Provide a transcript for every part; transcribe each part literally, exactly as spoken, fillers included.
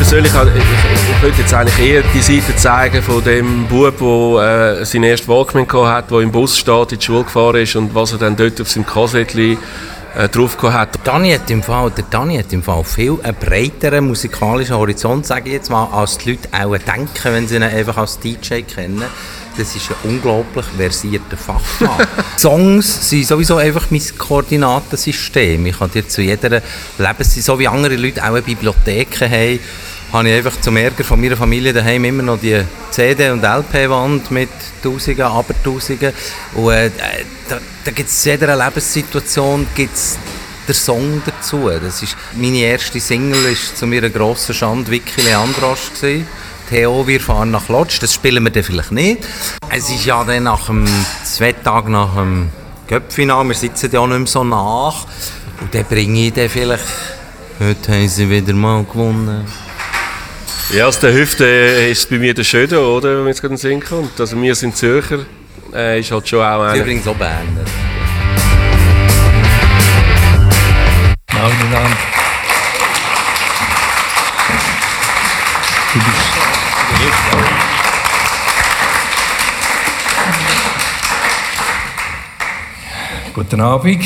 persönlich, ich, ich, ich würde jetzt eigentlich eher die Seite zeigen von dem Bub, der äh, seinen ersten Walkman hatte, der im Bus steht, in die Schule gefahren ist und was er dann dort auf seinem Kassettchen äh, drauf hat. Dani hat im Fall, der Dani hat im Fall viel einen breiteren musikalischen Horizont, sage ich jetzt mal, als die Leute auch denken, wenn sie ihn einfach als D J kennen. Das ist ein unglaublich versierter Fachmann. Songs sind sowieso einfach mein Koordinatensystem. Ich kann dir zu jeder Lebenszeit, so wie andere Leute auch eine Bibliothek haben, habe ich einfach zum Ärger von meiner Familie daheim immer noch die C D- und L P-Wand mit Tausenden, Abertausenden. Und äh, da, da gibt es in jeder Lebenssituation gibt's den Song dazu. Das ist, meine erste Single war zu meiner grossen Schande Vicky Leandrosch gewesen. Theo, wir fahren nach Lodz, das spielen wir dann vielleicht nicht. Es ist ja dann nach dem, zwei Tage nach dem Cup-Finale, wir sitzen ja auch nicht mehr so nach. Und dann bringe ich dann vielleicht, heute haben sie wieder mal gewonnen. Ja, aus der Hüfte ist bei mir der Schödo, oder, wenn man jetzt gerade in den Sinn kommt. Also wir sind Zürcher, äh, ist halt schon auch einer. Übrigens auch Berner. Vielen Dank. Du bist Guten Abend.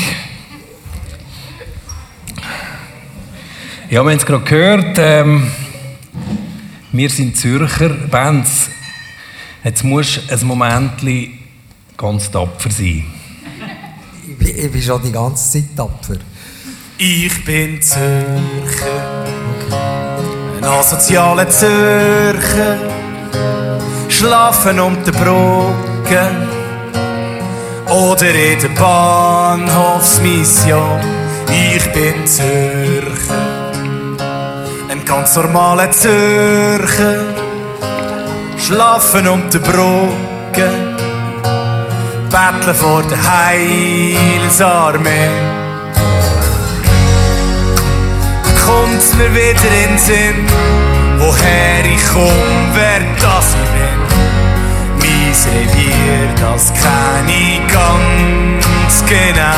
Ja, wir haben es gerade gehört, ähm, wir sind Zürcher Bands. Jetzt musst du ein Momentchen ganz tapfer sein. Ich bin, ich bin schon die ganze Zeit tapfer. Ich bin Zürcher, okay. Ein asozialer Zürcher, schlafen um die Brücke oder in der Bahnhofsmission. Ich bin Zürcher, ein ganz normaler Zürcher, schlafen um die Brücke, betteln vor der Heilsarmee. Kommt's mir wieder in den Sinn, woher ich komm, wer das ich bin. Mein Revier, das kenn ich ganz genau.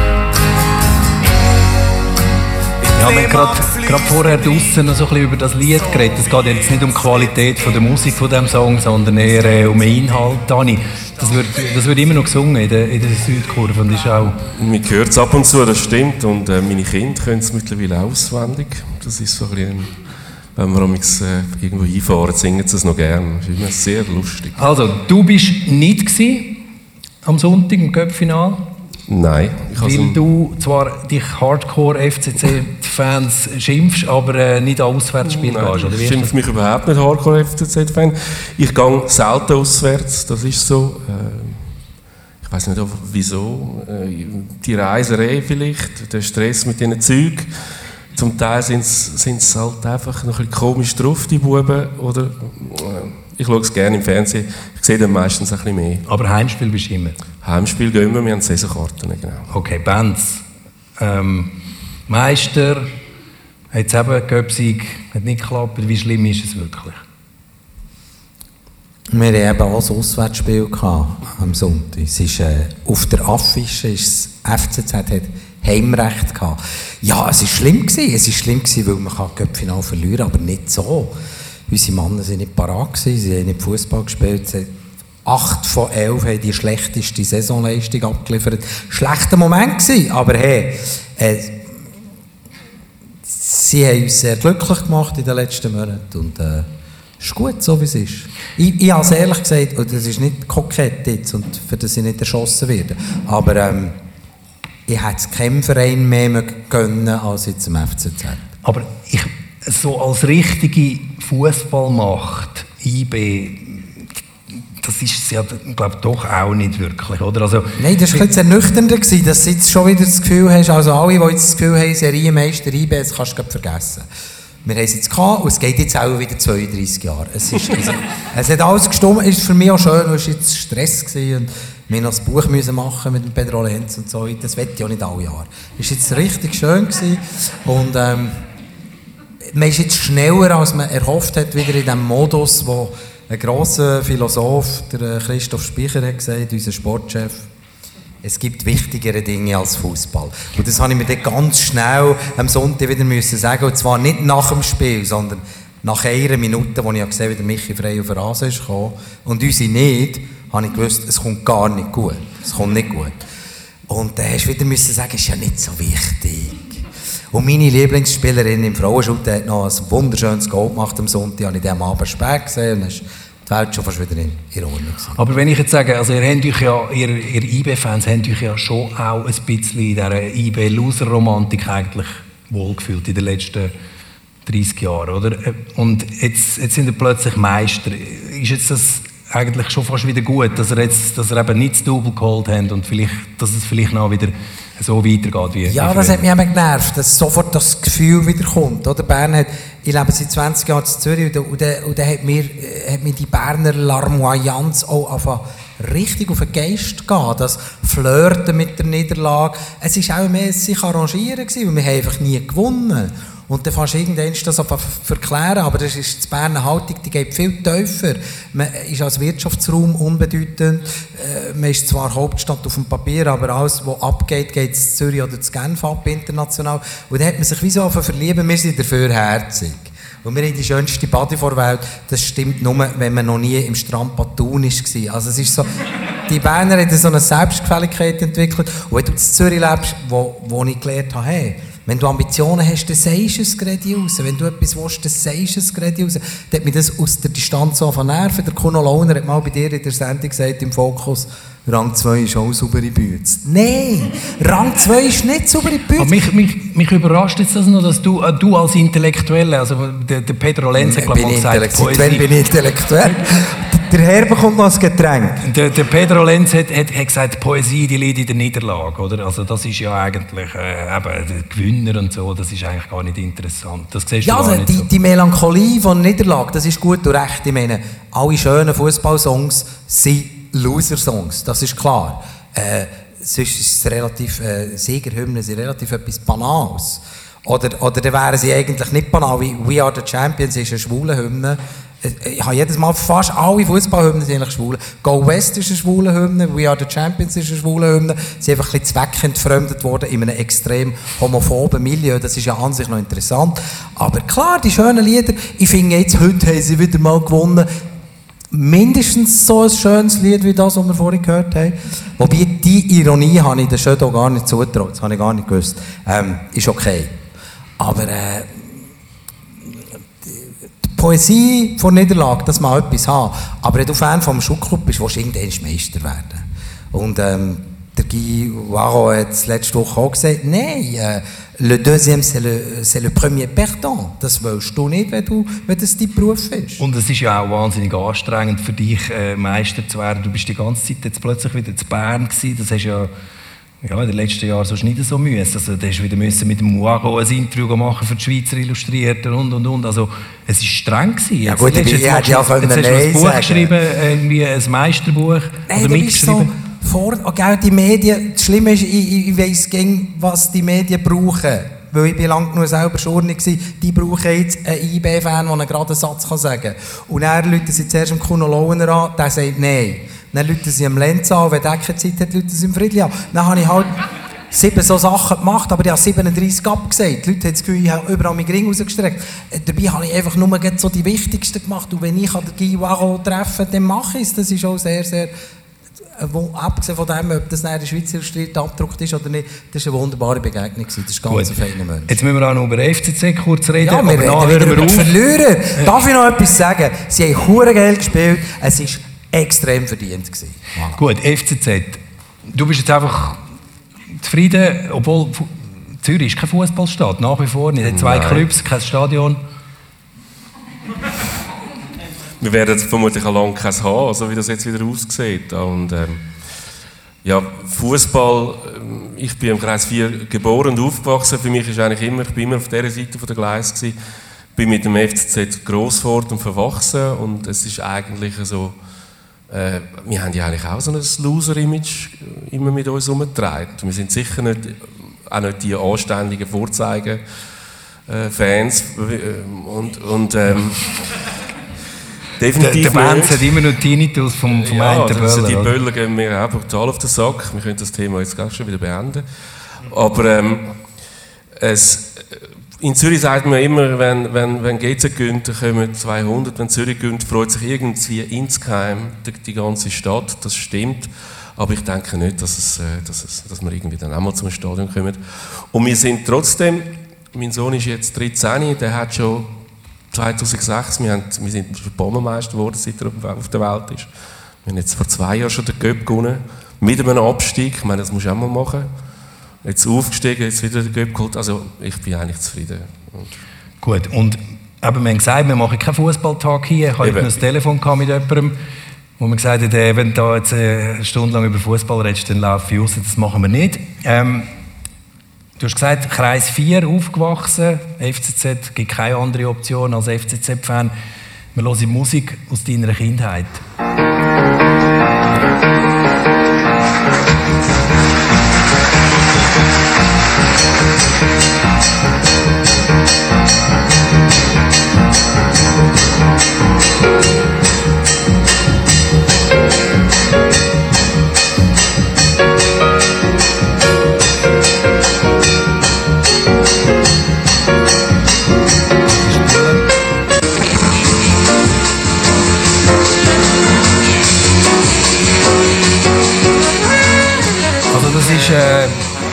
Ja, wir haben gerade vorher draussen noch so ein bisschen über das Lied geredet. Es geht jetzt nicht um die Qualität von der Musik von diesem Song, sondern eher äh, um den Inhalt. Dani, das wird, das wird immer noch gesungen in der, in der Südkurve und ist auch... Man hört es ab und zu, das stimmt. Und äh, meine Kinder können es mittlerweile auswendig. Das ist so ein bisschen, wenn wir uns, äh, irgendwo hinfahren, singen sie es noch gerne. Das ist immer sehr lustig. Also, du bist nicht gewesen, am Sonntag im Cup-Finale? Nein. Ich Weil du zwar dich Hardcore-F C C-Fans schimpfst, aber äh, nicht an Auswärtsspiel gehst, oder wie? Ich schimpfe mich überhaupt nicht Hardcore-F C C-Fan. Ich gehe selten auswärts, das ist so. Äh, ich weiß nicht wieso. Äh, die Reiserei vielleicht, der Stress mit diesen Zeugen. Zum Teil sind sie halt einfach noch ein bisschen komisch drauf, die Buben. Oder, äh, ich schaue es gerne im Fernsehen, ich sehe dann meistens ein bisschen mehr. Aber Heimspiel bist du immer? Heimspiel gehen wir, wir haben Saisonkarten, genau. Okay, Bands. Ähm, Meister, jetzt eben Göpsig, hat nicht geklappt. Wie schlimm ist es wirklich? Wir hatten eben auch ein Auswärtsspiel am Sonntag. Es ist, äh, auf der Affische ist das F C Z hat Heimrecht gehabt. Ja, es war schlimm gewesen. Es war schlimm gewesen, weil man das Cup-Finale verlieren kann, aber nicht so. Unsere Männer waren nicht parat gewesen, sie haben nicht Fußball gespielt. Acht von elf haben die schlechteste Saisonleistung abgeliefert. Schlechter Moment gewesen, aber hey, äh, sie haben uns sehr glücklich gemacht in den letzten Monaten und äh, es ist gut, so wie es ist. Ich, ich habe es ehrlich gesagt, und das ist nicht kokett jetzt, und für das ich nicht erschossen werde, aber ähm, ich hätte es keinem Verein mehr gönnen als jetzt im F C Z. Aber ich, so als richtige Fußballmacht, I B, das ist es ja, glaube ich, doch auch nicht wirklich, oder? Also, nein, das war ein bisschen ernüchternder, dass du jetzt schon wieder das Gefühl hast, also alle, die jetzt das Gefühl haben, Serienmeister I B, das kannst du vergessen. Wir haben es jetzt gehabt und es geht jetzt auch wieder zweiunddreissig Jahre. Es, ist, es, es hat alles gestimmt, es war für mich auch schön, es war jetzt Stress gewesen und wir mussten noch ein Buch müssen machen mit dem Pedro Lenz und so, das wette ich auch nicht alle Jahre. Es war jetzt richtig schön gewesen und ähm, man ist jetzt schneller, als man erhofft hat, wieder in dem Modus, wo ein grosser Philosoph, der Christoph Speicher, hat gesagt, unser Sportchef, es gibt wichtigere Dinge als Fußball. Und das habe ich mir dann ganz schnell am Sonntag wieder müssen sagen, und zwar nicht nach dem Spiel, sondern Nach einer Minute, als ich gesehen habe, wie der Michi frei auf den Rasen ist gekommen, und unsere nicht, habe ich gewusst, es kommt gar nicht gut. Es kommt nicht gut. Und dann hast du wieder müssen sagen, es ist ja nicht so wichtig. Und meine Lieblingsspielerin im Frauenschutt hat noch ein wunderschönes Goal gemacht am Sonntag, habe ich am Abend spät gesehen, und dann ist die Welt schon fast wieder in, in Ordnung gewesen. Aber wenn ich jetzt sage, also ihr, habt euch ja, ihr, ihr I B-Fans habt euch ja schon auch ein bisschen in dieser I B-Loser-Romantik eigentlich wohlgefühlt in den letzten dreißig Jahren, oder? Und jetzt, jetzt sind wir plötzlich Meister. Ist jetzt das eigentlich schon fast wieder gut, dass ihr jetzt, dass ihr eben nicht das Double geholt habt und vielleicht, dass es vielleicht noch wieder so weitergeht wie Ja, wie das hat mich eben genervt, dass sofort das Gefühl wieder kommt. Oder? Bern hat, ich lebe seit zwanzig Jahren in Zürich, und, und, und dann hat mir, hat mir die Berner Larmoyance auch angefangen, richtig auf den Geist gehen, das Flirten mit der Niederlage. Es war auch mehr sich arrangieren gewesen, weil wir haben einfach nie gewonnen. Und dann fängst du irgendwann das auf verklären, aber das ist die Berner Haltung, die geht viel tiefer. Man ist als Wirtschaftsraum unbedeutend, äh, man ist zwar Hauptstadt auf dem Papier, aber alles, was abgeht, geht es in Zürich oder in Genf ab, international. Und dann hat man sich wie so auf verlieben, wir sind dafür herzig. Und wir haben die schönste Body vor der Welt, das stimmt nur, wenn man noch nie im Strand Thun war. Also es ist so, die Berner haben so eine Selbstgefälligkeit entwickelt. Und wenn du in Zürich lebst, wo, wo ich gelernt habe, hey, wenn du Ambitionen hast, dann sagst du es gerade raus. Wenn du etwas willst, dann sagst du es gerade raus. Dann hat mich das aus der Distanz so nerven. Der Kuno Launer hat mal bei dir in der Sendung gesagt, im Fokus, Rang zwei ist auch saubere Bütze. Nein, Rang zwei ist nicht saubere Bütze. Aber mich, mich, mich überrascht jetzt das noch, dass du, äh, du als Intellektuelle, also der, der Pedro Lenz hat glaube ich mal gesagt, Poesie. Wenn bin ich intellektuell? Der Herr bekommt noch ein Getränk. Der, der Pedro Lenz hat, hat, hat gesagt, Poesie, die liegt in der Niederlage, oder? Also das ist ja eigentlich äh, eben der Gewinner und so, das ist eigentlich gar nicht interessant. Das siehst du ja, gar also nicht die, so. die Melancholie von Niederlage, das ist gut und recht. Ich meine, alle schönen Fußballsongs sind Loser-Songs, das ist klar. Äh, sonst ist es relativ, äh, Siegerhymnen sind relativ etwas Banales. Oder, oder dann wären sie eigentlich nicht banal, wie «We are the Champions» ist eine schwule Hymne. Ich habe jedes Mal, fast alle Fußballhymnen sind eigentlich schwul. «Go West» ist eine schwule Hymne, «We are the Champions» ist eine schwule Hymne. Sie sind einfach ein bisschen zweckentfremdet worden in einem extrem homophoben Milieu. Das ist ja an sich noch interessant. Aber klar, die schönen Lieder, ich finde jetzt, heute haben sie wieder mal gewonnen. Mindestens so ein schönes Lied wie das, was wir vorhin gehört haben. Wobei, die Ironie habe ich den Shadow gar nicht zugetraut. Das habe ich gar nicht gewusst. Ähm, ist okay. Aber äh, die Poesie von Niederlage, das mal etwas haben. Aber wenn du Fan vom Schuhclub bist, willst du irgendwann Meister werden. Und ähm, der Guy Waro hat es letzte Woche auch gesagt, nein, äh, le deuxième, c'est le, c'est le premier perdant. Das willst du nicht, wenn, du, wenn das dein Beruf ist. Und es ist ja auch wahnsinnig anstrengend für dich, äh, Meister zu werden. Du bist die ganze Zeit jetzt plötzlich wieder zu Bern gewesen. Das hast ja, ja in den letzten Jahren sonst nicht so müssen. Also, du hast wieder müssen mit dem Waro ein Interview machen für die Schweizer Illustrierten und und und. Also, es war streng gewesen. Ja gut, jetzt, ich jetzt, hätte ja können jetzt hast du ein Buch sagen. geschrieben, irgendwie ein Meisterbuch. Nein, oder mitgeschrieben. Vor, okay, die Medien, das Schlimme ist, ich, ich weiss gern, was die Medien brauchen. Weil ich bin lange genug selber schon nicht gewesen. Die brauchen jetzt einen I B-Fan, der einen geraden Satz sagen kann. Und dann rufen sie zuerst dem Kuno Launer an, der sagt nein. Dann rufen sie am Lenz an, wenn der keine Zeit hat, rufen sie im Friedli an. Dann habe ich halt sieben so Sachen gemacht, aber ich habe siebenunddreissig abgesagt. Die Leute haben das Gefühl, ich habe überall meinen Ring rausgestreckt. Dabei habe ich einfach nur so die wichtigsten gemacht. Und wenn ich den Guy Waro treffe, dann mache ich es. Das ist auch sehr, sehr... Wo, abgesehen von dem, ob das in der Schweizer Industrie abgedruckt ist oder nicht, das war eine wunderbare Begegnung. Das ist ganz ein feiner Mensch. Jetzt müssen wir auch noch über F C Z kurz reden. Ja, wir reden aber wieder wir über auf. die Verlierer. Darf ich noch etwas sagen? Sie haben verdammt geil gespielt. Es war extrem verdient. Voilà. Gut, F C Z. Du bist jetzt einfach zufrieden, obwohl Zürich ist kein Fußballstadt, nach wie vor nicht. Es hat zwei Nein. Clubs, kein Stadion. Wir werden vermutlich auch lange keins haben, so wie das jetzt wieder aussieht. Und, ähm, ja, Fußball, ähm, ich bin im Kreis vier geboren und aufgewachsen. Für mich ist eigentlich immer, ich bin immer auf dieser Seite der Gleis gewesen. Ich bin mit dem F C Z gross geworden und verwachsen. Und es ist eigentlich so, äh, wir haben ja eigentlich auch so ein Loser-Image immer mit uns herumgetragen. Wir sind sicher nicht, auch nicht die anständigen Vorzeigen-Fans. Äh, und, und ähm, definitiv der der Benz hat immer noch Tinnitus vom, vom ja, einen also Böller. die oder? Böller gehen mir auch brutal auf den Sack. Wir können das Thema jetzt gleich schon wieder beenden. Aber ähm, es, in Zürich sagt man immer, wenn, wenn, wenn G Z gönnt, dann kommen zweihundert. Wenn Zürich gönnt, freut sich irgendwie insgeheim die, die ganze Stadt. Das stimmt. Aber ich denke nicht, dass, es, dass, es, dass wir irgendwie dann auch mal zum Stadion kommen. Und wir sind trotzdem, mein Sohn ist jetzt dreizehn, der hat schon zweitausendsechs, wir, haben, wir sind Bombenmeister geworden, seit er auf der Welt ist. Wir haben jetzt vor zwei Jahren schon den Göpp gewonnen, mit einem Abstieg. Ich meine, das musst du auch mal machen. Jetzt aufgestiegen, jetzt wieder den Göpp geholt. Also ich bin eigentlich zufrieden. Und gut, und aber wir haben gesagt, wir machen keinen Fußballtag hier. Ich hatte ein Telefon mit jemandem, wo man gesagt hat, äh, wenn du jetzt eine Stunde lang über Fußball redest, dann laufe ich raus. Das machen wir nicht. Ähm, du hast gesagt, Kreis vier aufgewachsen, F C Z, gibt keine andere Option als F C Z-Fan. Wir hören Musik aus deiner Kindheit. Äh,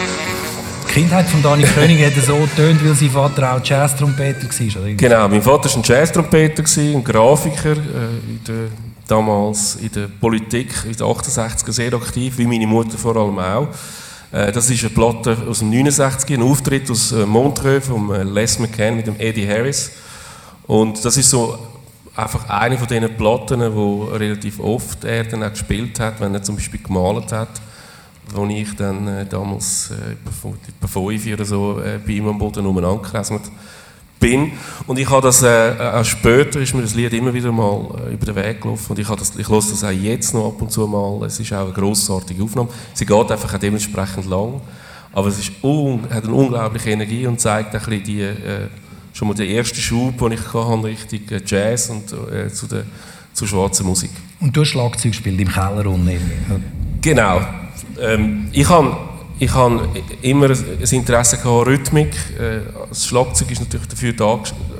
die Kindheit von Dani König hat so getönt, weil sein Vater auch Jazz-Trompeter war, oder? Genau, mein Vater war ein Jazz-Trompeter, ein Grafiker, äh, in der, damals in der Politik, in den achtundsechziger sehr aktiv, wie meine Mutter vor allem auch. Äh, das ist eine Platte aus dem neunundsechziger, ein Auftritt aus äh, Montreux von äh, Les McCann mit dem Eddie Harris. Und das ist so einfach eine von diesen Platten, die relativ oft er dann auch gespielt hat, wenn er zum Beispiel gemalt hat. Als ich dann äh, damals äh, etwa fünf oder so äh, bei ihm am Boden umeinander gekrasselt bin. Und ich habe das, äh, auch später ist mir das Lied immer wieder mal äh, über den Weg gelaufen und ich, das, ich höre das auch jetzt noch ab und zu mal. Es ist auch eine grossartige Aufnahme. Sie geht einfach auch dementsprechend lang, aber es ist un, hat eine unglaubliche Energie und zeigt ein bisschen die, äh, schon mal den ersten Schub, den ich hatte, Richtung Jazz und äh, zu der, zur schwarzen Musik. Und du hast Schlagzeug gespielt im Keller unten? Genau. Ähm, ich habe ich hab immer ein Interesse an Rhythmik. Äh, das Schlagzeug ist natürlich dafür da,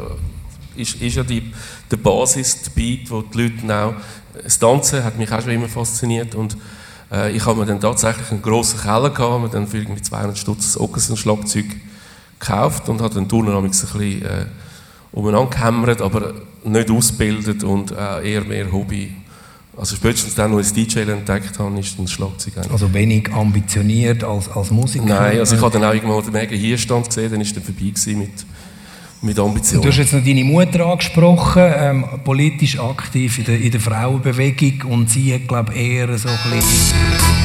ist, ist ja die, die Basis, der Beat, wo die Leute auch... Das Tanzen hat mich auch schon immer fasziniert und äh, ich habe mir dann tatsächlich einen grossen Keller gehabt, mir dann für irgendwie zweihundert Stutz ein Occasion-Schlagzeug gekauft und habe dann Turner ein bisschen äh, umeinander gehämmert, aber nicht ausgebildet und äh, eher mehr Hobby. Also spätestens dann, als ich das D J entdeckt habe, ist ein Schlagzeug eigentlich. Also wenig ambitioniert als, als Musiker? Nein, also ich habe dann auch irgendwann den Mega Hierstand gesehen, dann war er vorbei mit, mit Ambitionen. Du hast jetzt noch deine Mutter angesprochen, ähm, politisch aktiv in der, in der Frauenbewegung und sie hat, glaube ich, eher so ein bisschen...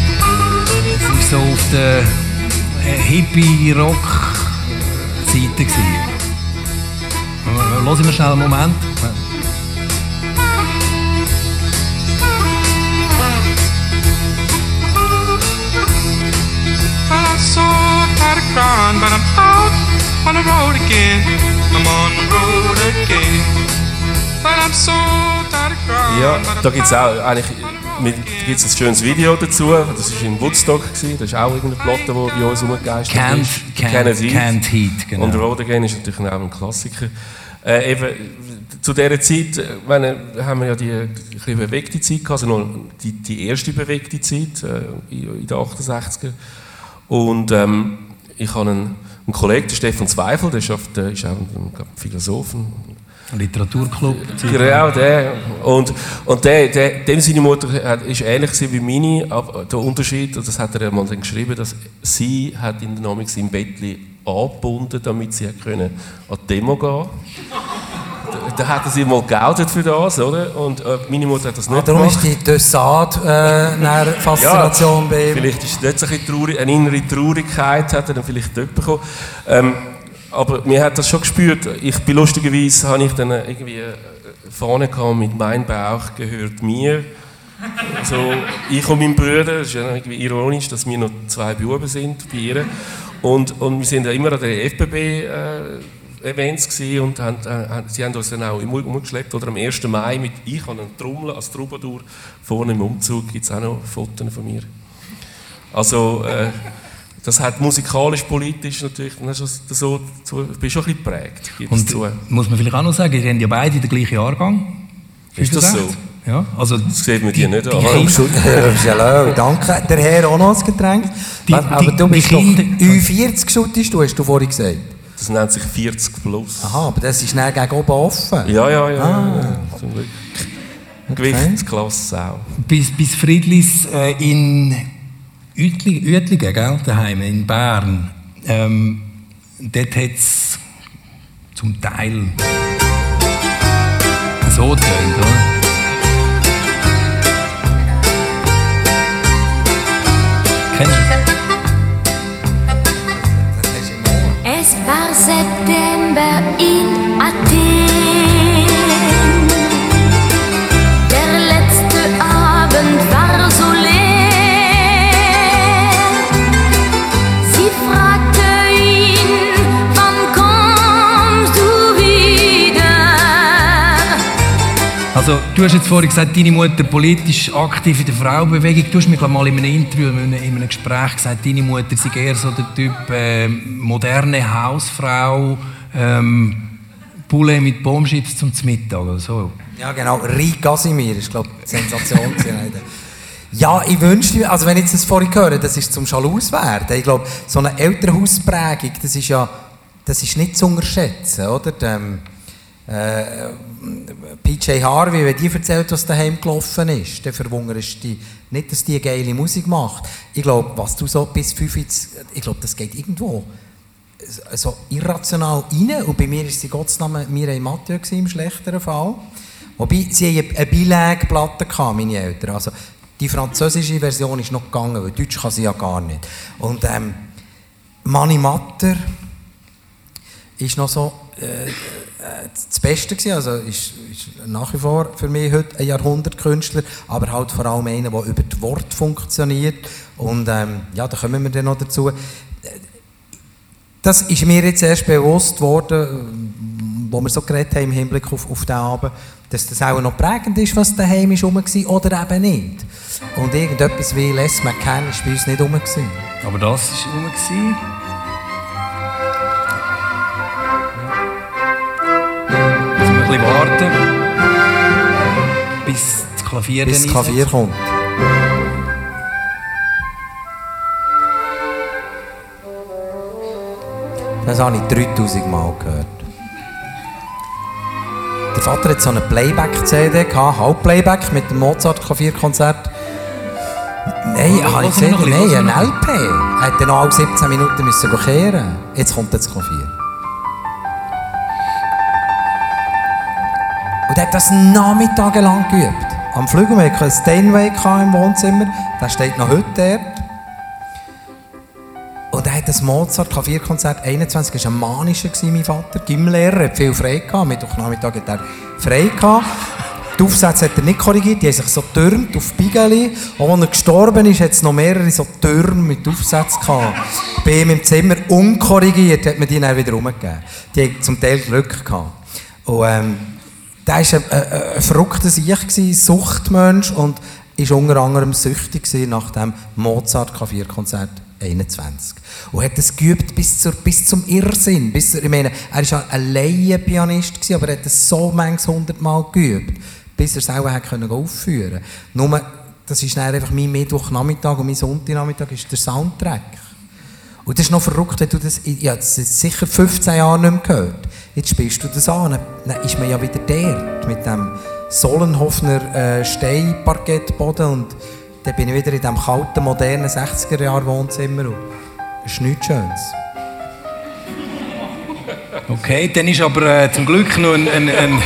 Sie war so auf der äh, Hippie-Rock-Seite gewesen. Hören wir schnell einen Moment. But I'm out on the road again. I'm on the road again. But I'm so tired of crying. Ja, da gibt es auch eigentlich gibt's ein schönes Video dazu. Das war in Woodstock, gewesen. Das ist auch irgendeine Platte, die bei uns rumgegeistert Can't, ist. Can't, Can't Heat, genau. Und Road Again ist natürlich auch ein Klassiker. Äh, eben, zu dieser Zeit meine, haben wir ja die, die bewegte Zeit gehabt, also noch die, die erste bewegte Zeit äh, in den achtundsechziger. Und ähm, ich habe einen, einen Kollegen, den Stefan Zweifel, der ist, oft, der ist auch ein, ein Philosoph. Ein Literaturclub. Genau, der. Und, und der, der, dem seine Mutter ist ähnlich wie meine, aber der Unterschied, das hat er mal dann geschrieben, dass sie hat ihn dann im Bettli angebunden, damit sie können an die Demo gehen. Da hat er sie mal geoutet für das, oder? Und äh, meine Mutter hat das nicht ah, darum gemacht. Darum ist die Dessart-Faszination ja, bei ihm. Vielleicht ist dort ein traurig, eine innere Traurigkeit, hat er dann vielleicht dort bekommen. Ähm, aber mir hat das schon gespürt. Ich bin lustigerweise, habe ich dann irgendwie vorne gehabt mit «Mein Bauch gehört mir». So, ich und mein Bruder, das ist ja irgendwie ironisch, dass wir noch zwei Buben sind bei ihr. Und, und wir sind ja immer an der F B B äh, Events gewesen und haben, äh, sie haben uns dann auch immer umgeschleppt. Oder am ersten Mai mit ich an einem Trommel als Troubadour vorne im Umzug gibt es auch noch Fotos von mir. Also äh, das hat musikalisch, politisch natürlich, so, so, so, ich bin schon ein bisschen geprägt. Und zu. Muss man vielleicht auch noch sagen, ihr habt ja beide den gleichen Jahrgang. Ist das so? Ja, also das sieht man dir nicht an. Hallo, danke. Der Herr auch noch ein Getränk. Die, aber die, du bist doch Ü vierzig schuttest du, hast du vorhin gesagt. Das nennt sich vierzig plus. Aha, aber das ist dann gegen oben offen. Ja, ja, ja. Ah. ja. Zum Glück. Okay. Gewichtsklasse auch. Bis, bis Friedlis äh, in Uetli, Uetlingen, gell, daheim in Bern, ähm, dort hat es zum Teil so tönt, oder? Kennst du das? Es war September in Athen. Der letzte Abend war so leer. Sie fragte ihn, wann kommst du wieder? Also, du hast jetzt vorhin gesagt, deine Mutter politisch aktiv in der Frauenbewegung. Du hast mir glaub, mal in einem Interview, in einem, in einem Gespräch gesagt, deine Mutter sei eher so der Typ äh, moderne Hausfrau, ähm, Poulet mit Bombschips zum Mittag oder so. Ja genau, Rie Casimir ist glaube ich die Sensation. Ja, ich wünschte, also wenn ich das vorhin höre, das ist zum Schalus werden. Ich glaube, so eine Elternhausprägung, das ist ja, das ist nicht zu unterschätzen, oder? Dem, äh, P J Harvey, wenn die erzählt, was daheim gelaufen ist, dann verwunderst du dich nicht, dass die geile Musik macht. Ich glaube, was du so bis fünfzig, ich glaube, das geht irgendwo so irrational rein. Und bei mir war sie Gottes Name Mireille Mathieu im schlechteren Fall. Wobei, sie hatten eine Beilage-Platte, meine Eltern. Also, die französische Version ist noch gegangen, weil Deutsch kann sie ja gar nicht. Und ähm, Mani Matter ist noch so äh, das Beste gewesen. Also ist, ist nach wie vor für mich heute ein Jahrhundertkünstler, aber halt vor allem einer, der über das Wort funktioniert. Und ähm, ja, da kommen wir dann noch dazu. Das ist mir jetzt erst bewusst worden, wo wir so geredet haben im Hinblick auf, auf den Abend, dass das auch noch prägend ist, was daheim ist rum war oder eben nicht. Und irgendetwas wie Les McCann war bei uns nicht rum. Aber das war rum. Müssen wir ein bisschen warten, bis das Klavier, bis das Klavier kommt. Das habe ich dreitausend Mal gehört. Der Vater hatte so eine Playback-C D, Halbplayback mit dem Mozart-Klavierkonzert. Nein, oh, habe ich gesehen, nein, ein L P. Er musste noch alle siebzehn Minuten müssen kehren. Jetzt kommt das Klavier. Und er hat das nachmittagelang geübt. Am Flügel, wir hatten einen Steinway im Wohnzimmer, der steht noch heute dort. Und er hat das Mozart-Klavierkonzert einundzwanzig, das war ein manischer, mein Vater, Gymlehrer, hat viel frei gehabt, Mittwochnachmittag hat er frei gehabt. Die Aufsätze hat er nicht korrigiert, die haben sich so getürmt auf Bigeli. Und als er gestorben ist, hat es noch mehrere so Türme mit Aufsätzen gehabt. Bei ihm im Zimmer unkorrigiert hat man die dann wieder rumgegeben. Die haben zum Teil Glück gehabt. Und ähm, der war ein, ein, ein verrückter Sieg, Suchtmensch und war unter anderem süchtig nach dem Mozart-Klavierkonzert einundzwanzig. Und hat das geübt bis, zur, bis zum Irrsinn. Bis zur, ich meine, er war ja ein Laienpianist, aber er hat das so manches hundertmal geübt, bis er es auch aufführen konnte. Nur, das ist dann einfach mein Mittwochnachmittag und mein Sonntagnachmittag ist der Soundtrack. Und das ist noch verrückt, wenn du das, ich habe das sicher fünfzehn Jahre nicht mehr gehört. Jetzt spielst du das an, dann ist man ja wieder dort, mit dem Sollenhofner äh, Steinparkettboden und dann bin ich wieder in diesem kalten, modernen sechziger-Jahre-Wohnzimmer und das ist nichts Schönes. Okay, dann war aber äh, zum Glück noch ein, ein, ein,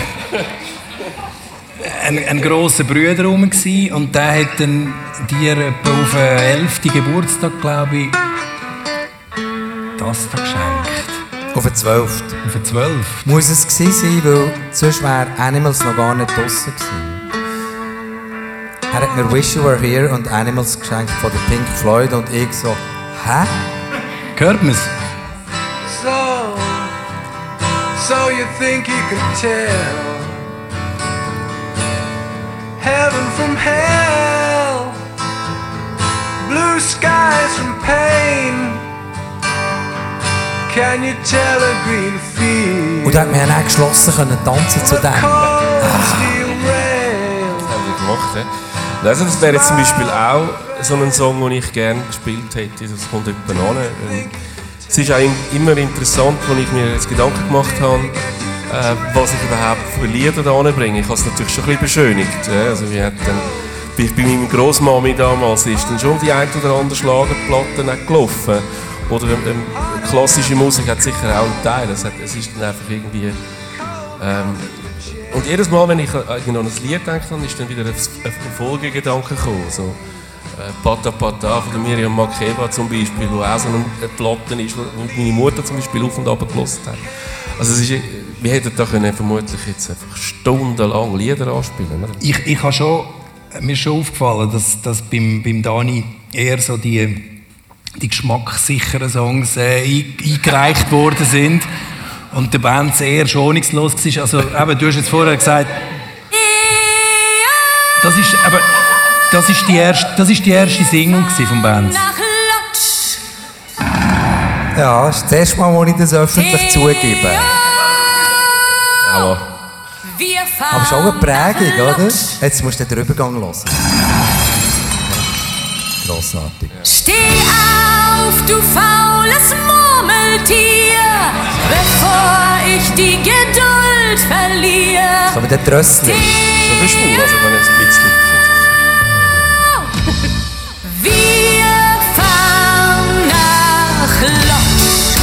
ein, ein grosser Bruder rum und der hat dann dir etwa auf den elften Geburtstag, glaube ich, das da geschenkt. Auf den zwölften Auf den zwölften Muss es gewesen sein, weil sonst wäre Animals noch gar nicht draussen gewesen. Er hat mir «Wish You Were Here» und «Animals» geschenkt von der Pink Floyd und ich so, hä? Hört man's? So, so you think you could tell heaven from hell, blue skies from pain, can you tell a green field? Und da hat man ja auch geschlossen können tanzen zu dem. Ah. Gemacht, ja. Also das wäre jetzt zum Beispiel auch so ein Song, den ich gerne gespielt hätte. Das kommt jemand an. Es ist auch immer interessant, wenn ich mir jetzt Gedanken gemacht habe, äh, was ich überhaupt für Lieder da anbringe. Ich habe es natürlich schon ein bisschen beschönigt. Ja. Also wir hatten dann, bei, bei meiner Großmami damals ist dann schon die ein oder andere Schlagerplatte nicht gelaufen. Oder ähm, klassische Musik hat sicher auch einen Teil. Es, hat, es ist dann einfach irgendwie... Ähm, Und jedes Mal, wenn ich an ein Lied denke, dann ist dann wieder ein Folgegedanke gekommen. So, äh, Pata Pata von der Miriam Makeba zum Beispiel, wo auch so eine Platte ist, wo meine Mutter zum Beispiel auf und ab gehört hat. Also es ist, wir hätten da können vermutlich jetzt einfach stundenlang Lieder anspielen. Oder? Ich, ich habe schon, mir ist schon aufgefallen, dass, dass beim, beim Dani eher so die, die geschmackssicheren Songs äh, eingereicht worden sind. Und der Band sehr schonungslos war. Also, eben, du hast jetzt vorher gesagt, das ist, eben, das ist, die, erste, das ist die erste Single vom Band. Ja, das ist das erste Mal, wo ich das öffentlich zugebe. Aber, Aber es ist auch eine Prägung, oder? Jetzt musst du den Übergang hören. Grossartig. Steh auf, du faules Murmeltier, bevor ich die Geduld verliere. Aber der Tröstler. so viel schwul, also wenn es ein bisschen... Wir fahren nach Lodz.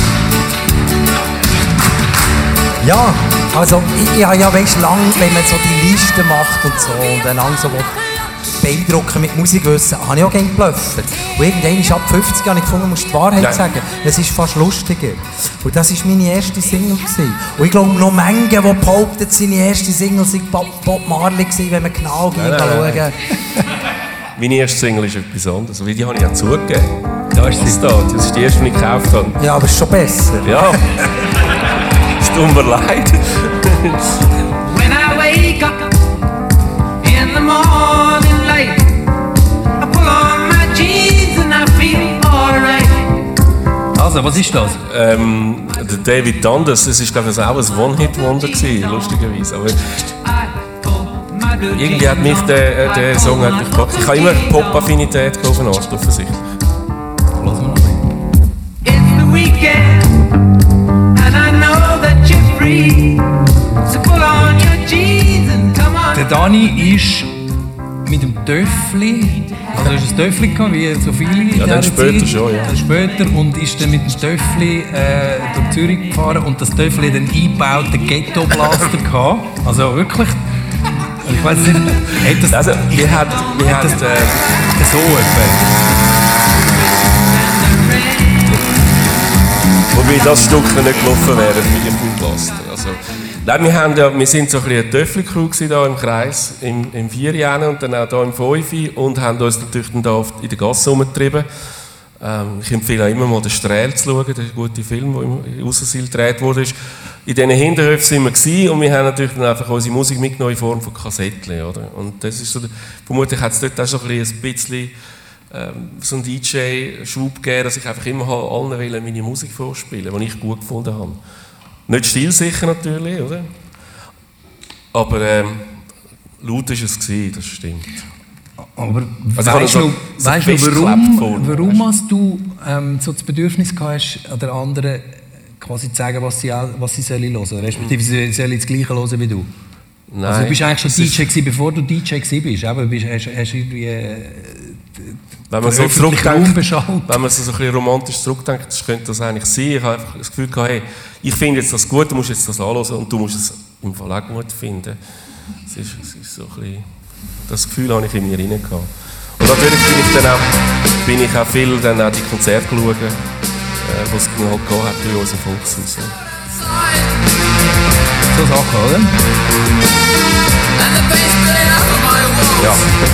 Ja, also ich, ich habe ja weißt, lang, wenn man so die Liste macht und so und dann langsam beeindrucken mit Musikwissen, habe ich auch gerne geblufft. Und irgendwann ist ab fünfzig habe ich gefunden, musst die Wahrheit ja. sagen. Es ist fast lustiger. Und das war meine erste Single. Und ich glaube, noch Menge, die behaupten, seine erste Single sei Bob, Bob Marley gewesen, wenn wir genau schauen. Meine erste Single ist etwas anderes. Die habe ich auch zugegeben. Da ist sie da. Das ist die erste, die ich gekauft habe. Ja, aber es ist schon besser. Ja. Es tut mir leid. When I wake up in the morning light, I pull on my jeans and I feel alright. Also, was ist das? Ähm, der David Dundas, das ist glaube ich auch ein One-Hit-Wonder gewesen, lustigerweise. Aber irgendwie hat mich der, der Song hat mich gepackt. Ich habe immer Pop-Affinität auf eine Art, offensichtlich. Lass mal noch ein. It's the weekend and I know that you're free. So pull on your jeans and come on. Der Dani ist mit dem Töffli, also du hast ein Töffli gehabt, wie so viele in Ja, dann dieser später Zeit. schon, ja. Dann später und ist dann mit dem Töffli äh, durch Zürich gefahren und das Töffli hat einen eingebauten Ghetto-Blaster gehabt. Also wirklich, ich weiß nicht, hat das... Also, wir hat, wir hat, das, äh, so etwa. wobei das Stück nicht gelaufen wäre mit dem Blaster. Also, nein, wir, haben ja, wir sind so ein bisschen eine Töffel-Crew hier im Kreis, im, im Vierjährigen und dann auch hier im Fünfi und haben uns natürlich dann da in der Gasse herumgetrieben. Ähm, ich empfehle auch immer mal den Strähl zu schauen, der gute Film, der im Aussersil gedreht wurde. In diesen Hinterhöfen sind wir gewesen, und wir haben natürlich dann einfach unsere Musik mitgenommen in Form von Kassettchen, oder? Und das ist so, vermutlich hat es dort auch so ein bisschen ähm, so einen D J-Schub gegeben, dass ich einfach immer allen will meine Musik vorspielen, die ich gut gefunden habe. Nicht stilsicher natürlich, oder? Aber ähm, laut war es gewesen, das stimmt. Aber Also weißt so- du, so weißt du festgeklebt warum, vorne, warum weißt hast du ähm, so das Bedürfnis gehabt hast, an der anderen quasi zu sagen, was sie, auch- was sie sollen hören? Respektive sie sollen das Gleiche hören wie du? Nein, Also du bist eigentlich schon es D ist- J gewesen, bevor du D J gewesen bist. Aber bist, hast, hast irgendwie äh, Wenn man, den so öffentlichen zurückdenkt, Raum beschallt. wenn man so ein bisschen romantisch zurückdenkt, das könnte das eigentlich sein. Ich habe einfach das Gefühl gehabt, hey, ich finde jetzt das gut, du musst jetzt das anhören und du musst es im Fall auch gut finden. Es ist, es ist so ein bisschen, das Gefühl habe ich in mir rein gehabt. Und natürlich bin ich dann auch, bin ich auch viel dann auch die Konzerte geschaut, äh, die es dann halt gehabt hat bei uns im Volkshaus. Ja. So Sachen, oder? Ja.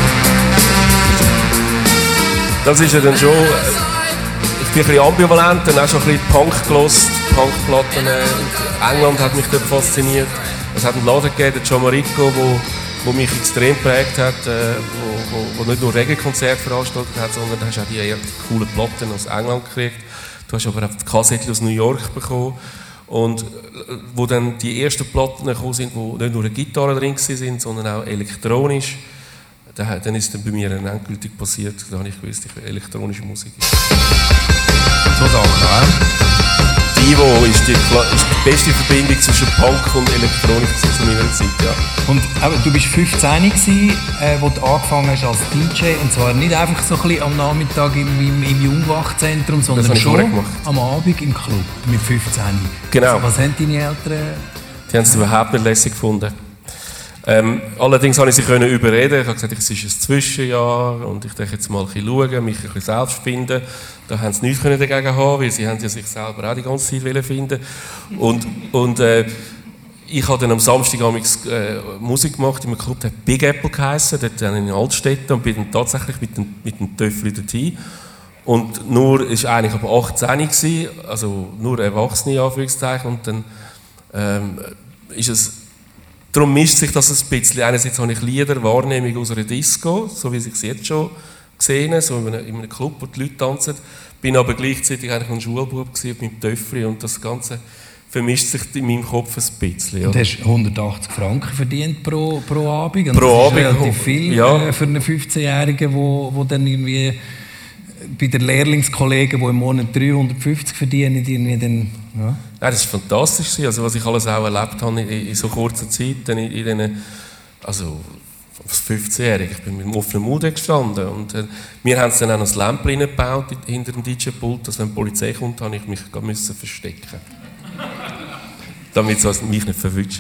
Das ist ja dann schon. Ich bin ein bisschen ambivalent, dann auch schon ein bisschen Punk gelost, Punkplatten. Äh, England hat mich dort fasziniert. Es hat einen Laden gegeben, der Gianmarico, wo, wo mich extrem geprägt hat, äh, wo, wo, wo nicht nur Reggae-Konzerte veranstaltet hat, sondern da hast du auch die eher coolen Platten aus England gekriegt. Du hast aber auch die Kassetten aus New York bekommen. Und wo dann die ersten Platten gekommen sind, wo nicht nur eine Gitarre drin waren, sondern auch elektronisch, dann ist dann bei mir endgültig passiert, da habe ich gewusst, ich will elektronische Musik. So Sachen, ja? Divo ist die, ist die beste Verbindung zwischen Punk und Elektronik zu meiner Zeit, ja. Und aber, du warst fünfzehn gewesen, äh, als du angefangen hast als D J, und zwar nicht einfach so ein bisschen am Nachmittag im, im, im Jungwachzentrum, sondern schon am Abend im Club mit fünfzehn. Genau. Also, was haben deine Eltern? Die haben es überhaupt nicht lässig gefunden. Ähm, allerdings konnte ich sie können überreden. Ich habe gesagt, es ist ein Zwischenjahr und ich darf jetzt mal ein bisschen schauen, mich ein bisschen selbst finden. Da haben sie nichts dagegen haben, weil sie haben ja sich selber auch die ganze Zeit finden. Und, und äh, ich habe dann am Samstag äh, Musik gemacht in einem Club, der Big Apple geheissen, dort in Altstetten, und bin dann tatsächlich mit dem, mit dem Töffel dorthin. Und nur, es war eigentlich aber achtzehn gewesen, also nur Erwachsene, Anführungszeichen, und dann ähm, ist es. Darum mischt sich das ein bisschen. Einerseits habe ich Lieder, Wahrnehmung aus einer Disco, so wie ich es jetzt schon gesehen habe, so in einem, in einem Club, wo die Leute tanzen. Bin aber gleichzeitig eigentlich ein Schulbub mit meinem Töffel, und das Ganze vermischt sich in meinem Kopf ein bisschen. Und du hast hundertachtzig Franken verdient pro, pro Abend. Und pro das ist Abend, relativ viel ja. äh, für einen fünfzehnjährigen, wo, wo dann irgendwie bei den Lehrlingskollegen, die im Monat dreihundertfünfzig verdienen, die dann, ja. Ja, das war fantastisch. Also, was ich alles auch erlebt habe in, in so kurzer Zeit. In, in den, also als fünfzehnjährig, ich bin mit dem offenen Mund gestanden. Und, äh, wir haben dann auch ein Lämpchen gebaut hinter dem D J-Pult, dass wenn die Polizei kommt, habe ich mich müssen verstecken. Damit es mich nicht verwünscht.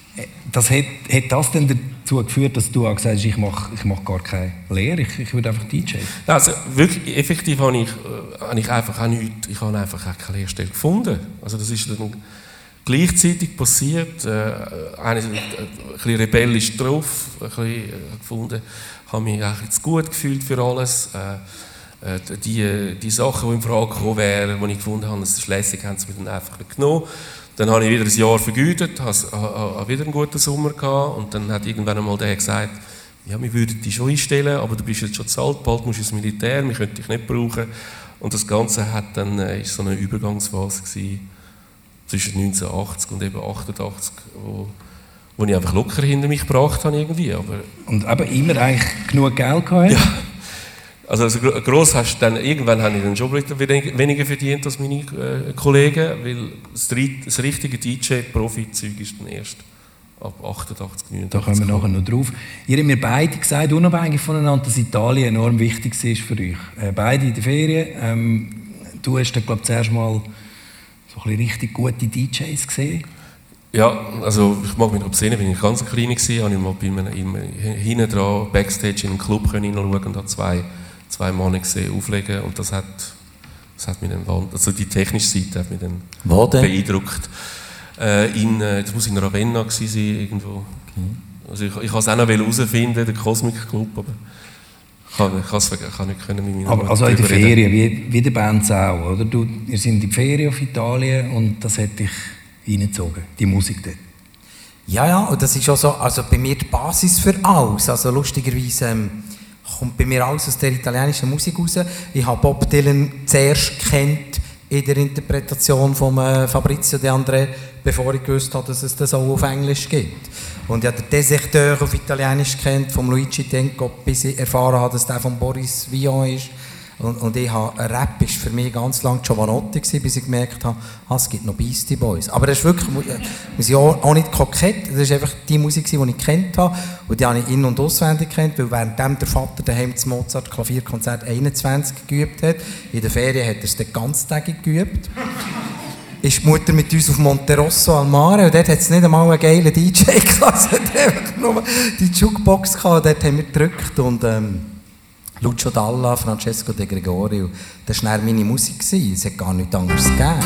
Das hat, hat das denn dazu geführt, dass du auch gesagt hast, ich mache ich mach gar keine Lehre, ich, ich würde einfach D J? Also wirklich, effektiv habe ich, äh, habe ich einfach auch nichts, ich habe einfach auch keine Lehrstelle gefunden. Also das ist dann gleichzeitig passiert, äh, eine, ein bisschen rebellisch drauf, ein bisschen, äh, gefunden, habe mich auch zu gut gefühlt für alles. Äh, äh, die, die Sachen, die in Frage gekommen wären, die ich gefunden habe, das ist lässig, haben sie mir dann einfach nicht genommen. Dann habe ich wieder ein Jahr vergütet, habe wieder einen guten Sommer gehabt, und dann hat irgendwann einmal der gesagt, ja, wir würden dich schon einstellen, aber du bist jetzt schon zu alt, bald musst du ins Militär, wir könnten dich nicht brauchen. Und das Ganze hat dann, äh, ist so eine Übergangsphase gewesen, zwischen neunzehnhundertachtzig und eben achtundachtzig, wo, wo ich einfach locker hinter mich gebracht habe irgendwie. Aber und aber immer eigentlich genug Geld gehabt? Ja. Also, also gross hast du dann, irgendwann habe ich dann schon weniger verdient als meine äh, Kollegen, weil das, das richtige D J-Profi-Zeug ist dann erst ab achtundachtzig, neunundachtzig. Da kommen wir nachher noch drauf. Ihr habt mir beide gesagt, unabhängig voneinander, dass Italien enorm wichtig ist für euch. Äh, beide in der Ferien. Ähm, du hast da, glaube ich, zuerst mal so ein richtig gute D Js gesehen. Ja, also ich mag mich noch besinnen, wenn ich ganz klein war, habe ich mal bei einem, hinten dran Backstage in einem Club hineinschauen und habe zwei zwei Männer gesehen auflegen, und das hat, das hat mich dann, also die technische Seite hat mich dann Wo denn? beeindruckt. Äh, in, das muss in Ravenna gewesen sein, irgendwo. Mhm. Also ich, ich wollte es auch noch herausfinden, den Cosmic Club, aber ich kann, ich kann, ich kann nicht können mit meiner Aber also in der Ferien, wie, wie die Bands auch, oder? Du, ihr seid in die Ferien auf Italien, und das hat dich reingezogen, die Musik dort. Ja, ja, und das ist auch so, also bei mir die Basis für alles. Also lustigerweise ähm, kommt bei mir alles aus der italienischen Musik raus. Ich habe Bob Dylan zuerst kennt in der Interpretation von äh, Fabrizio De André, bevor ich gewusst habe, dass es das auch auf Englisch gibt. Und ich habe den Deserteur auf Italienisch kennt, von Luigi Tenco, bis ich erfahren habe, dass der von Boris Vian ist. Und, und ich habe, Rap war für mich ganz lange Giovanotti gewesen, bis ich gemerkt habe, ah, es gibt noch Beastie Boys. Aber das ist wirklich, wir sind auch, auch nicht kokett, das ist einfach die Musik, die ich kennt habe. Und die habe ich in- und auswendig kennt, weil währenddem der Vater daheim das Mozart-Klavierkonzert einundzwanzig geübt hat, in der Ferien hat er es den ganztägig geübt. Ist die Mutter mit uns auf Monterosso al Mare, und dort hat es nicht einmal einen geilen D J gehabt, es hat einfach nur die Jukebox gehabt, und dort haben wir gedrückt. Und, ähm, Lucio Dalla, Francesco De Gregorio, das war meine Musik, es hat gar nichts anderes gegeben.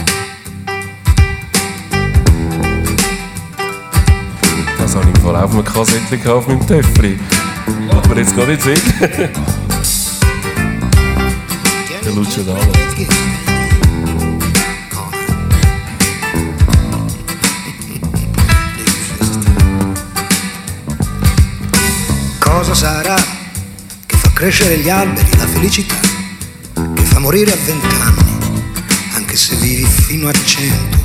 Das habe ich im Fall auf einem Kassettchen auf meinem Töffel. Macht man jetzt gar nicht sehen. Der Lucio Dalla. Cosa sarà che fa crescere gli alberi, la felicità, che fa morire a vent'anni anche che se vivi fino a cento,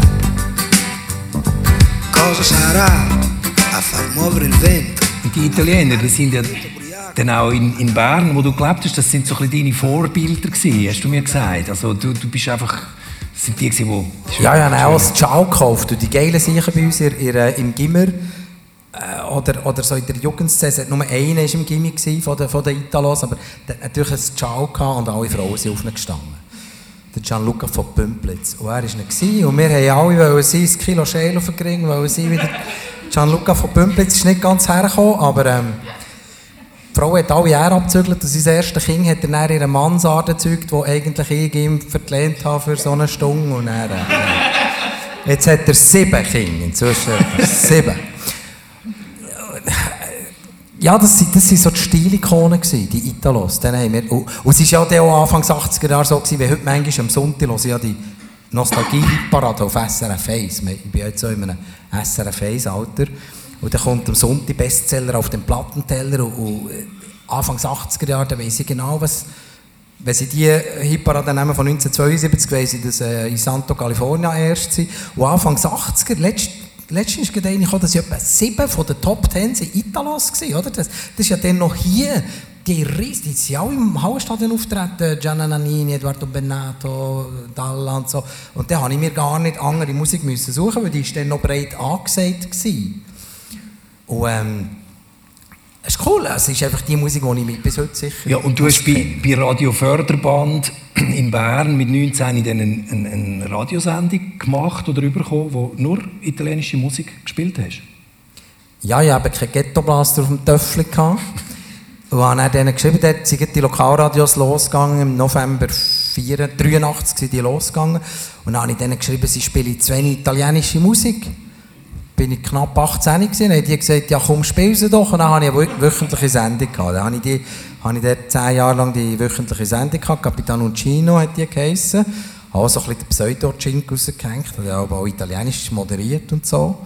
cosa sarà a far muovere il vento? Und die Italiener, die sind ja dann auch in, in Bern, wo du gelebt hast, das sind so ein bisschen deine Vorbilder gewesen, hast du mir gesagt. Also du, du bist einfach, das sind die gewesen, die... Ja, ja, auch als Ciao gekauft. Und die geilen Sachen bei uns in, in, im Gimmer äh, oder, oder so in der Jugendszene. Es hat nur einer im Gimmer von den, von den Italos, aber der hat natürlich ein Ciao gehabt und alle Frauen sind auf ihn gestanden. Der Gianluca von Pümplitz. Und er war nicht. Und wir wollten alle sein Kilo Schäl auf den Ring, weil sie wieder... Gianluca von Pümplitz ist nicht ganz hergekommen, aber ähm, die Frau hat alle Jahre abgezügelt und sein erstes Kind hat er dann ihren Mann angezeugt, der eigentlich ich ihm verlehnt habe für so eine Stunde. Und dann, äh, jetzt hat er sieben Kinder inzwischen. sieben. Ja, das waren das so die Stilikonen, die Italos. Dann haben wir, und, und es war ja auch Anfang achtziger Jahre so, wie heute manchmal am Sonntag höre ich ja die Nostalgie-Parade auf S R F eins. Ich bin jetzt so in einem S R F eins-Alter. Und dann kommt am Sonntag Bestseller auf den Plattenteller. Und, und Anfang achtziger Jahre, da weiss ich genau, was... Wenn sie die Hitparade nehmen von neunzehnhundertzweiundsiebzig, weiss ich, dass äh, in Santo California erst sind. Und Anfang achtziger, letzt, letztens ist gerade eine gekommen, dass etwa sieben von den Top Ten sind Italos waren, oder? Das, das ist ja dann noch hier... Die Riesen, die sind alle im Hallenstadion auftreten, Gianna Nannini, Eduardo Bennato, Dalla und so. Und dann musste ich mir gar nicht andere Musik müssen suchen, weil die war dann noch breit angesagt gewesen. Und ähm, es ist cool, es ist einfach die Musik, die ich mich bis heute sicher... Ja, und du hast bei, bei Radio Förderband in Bern mit neunzehn dann eine, eine, eine Radiosendung gemacht oder bekommen, wo nur italienische Musik gespielt hast? Ja, ich hatte keinen Ghetto-Blaster auf dem Töffel. Und habe dann geschrieben, dort sind die Lokalradios losgegangen, im November dreiundachtzig sind die losgegangen. Und dann habe ich denen geschrieben, sie spielen zu wenig italienische Musik. Bin ich knapp achtzehn gewesen, dann haben die gesagt, ja komm, spiel sie doch. Und dann hatte ich eine wöchentliche Sendung gehabt. Dann habe ich, die, habe ich dort zehn Jahre lang die wöchentliche Sendung gehabt, Capitano Uncino hat die geheissen. Habe auch so ein bisschen den Pseudo-Cink rausgehängt, habe auch Italienisch moderiert und so.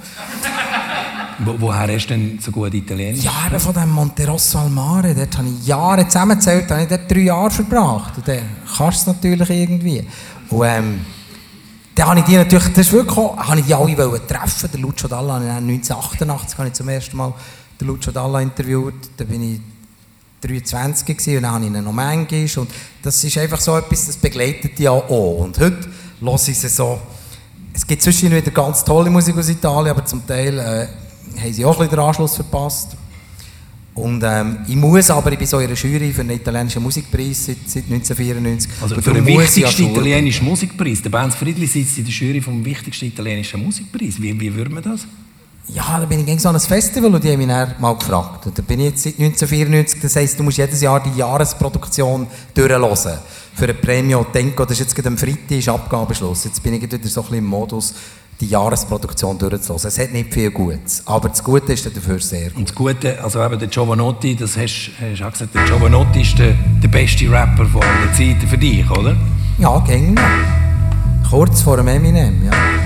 Wo, woher hast du denn so gut Italienisch? Ja, eben von dem Monterosso al Mare. Dort habe ich Jahre zusammengezählt, habe ich dort drei Jahre verbracht. Und dann kannst du es natürlich irgendwie. Und ähm, dann habe ich die natürlich, das ist wirklich auch, habe ich die alle wollen treffen. Der Lucio Dalla, neunzehnhundertachtundachtzig habe ich zum ersten Mal den Lucio Dalla interviewt. Da bin ich dreiundzwanzig gewesen, und dann habe ich ihn noch manchmal. Und das ist einfach so etwas, das begleitet die auch. Und heute höre ich sie so. Es gibt zwischendurch wieder ganz tolle Musik aus Italien, aber zum Teil äh, haben sie auch ein bisschen den Anschluss verpasst. Und ähm, ich muss aber, ich bin so in einer Jury für einen italienischen Musikpreis seit, seit neunzehnhundertvierundneunzig. Also für den wichtigsten italienischen Musikpreis. Der Benz Friedli sitzt in der Jury vom wichtigsten italienischen Musikpreis. Wie, wie würde man das? Ja, da bin ich gegen so ein Festival und die haben mich dann mal gefragt. Und da bin ich jetzt seit neunzehnhundertvierundneunzig, das heisst, du musst jedes Jahr die Jahresproduktion durchhören. Für ein Premio Tenco, das ist jetzt gerade am Freitag, ist Abgabeschluss. Jetzt bin ich wieder so ein bisschen im Modus, die Jahresproduktion durchzuhören. Es hat nicht viel Gutes, aber das Gute ist dafür sehr gut. Und das Gute, also eben der Giovanotti, das hast du auch gesagt, der Giovanotti ist der, der beste Rapper von aller Zeiten für dich, oder? Ja, ging noch. Kurz vor dem Eminem, ja.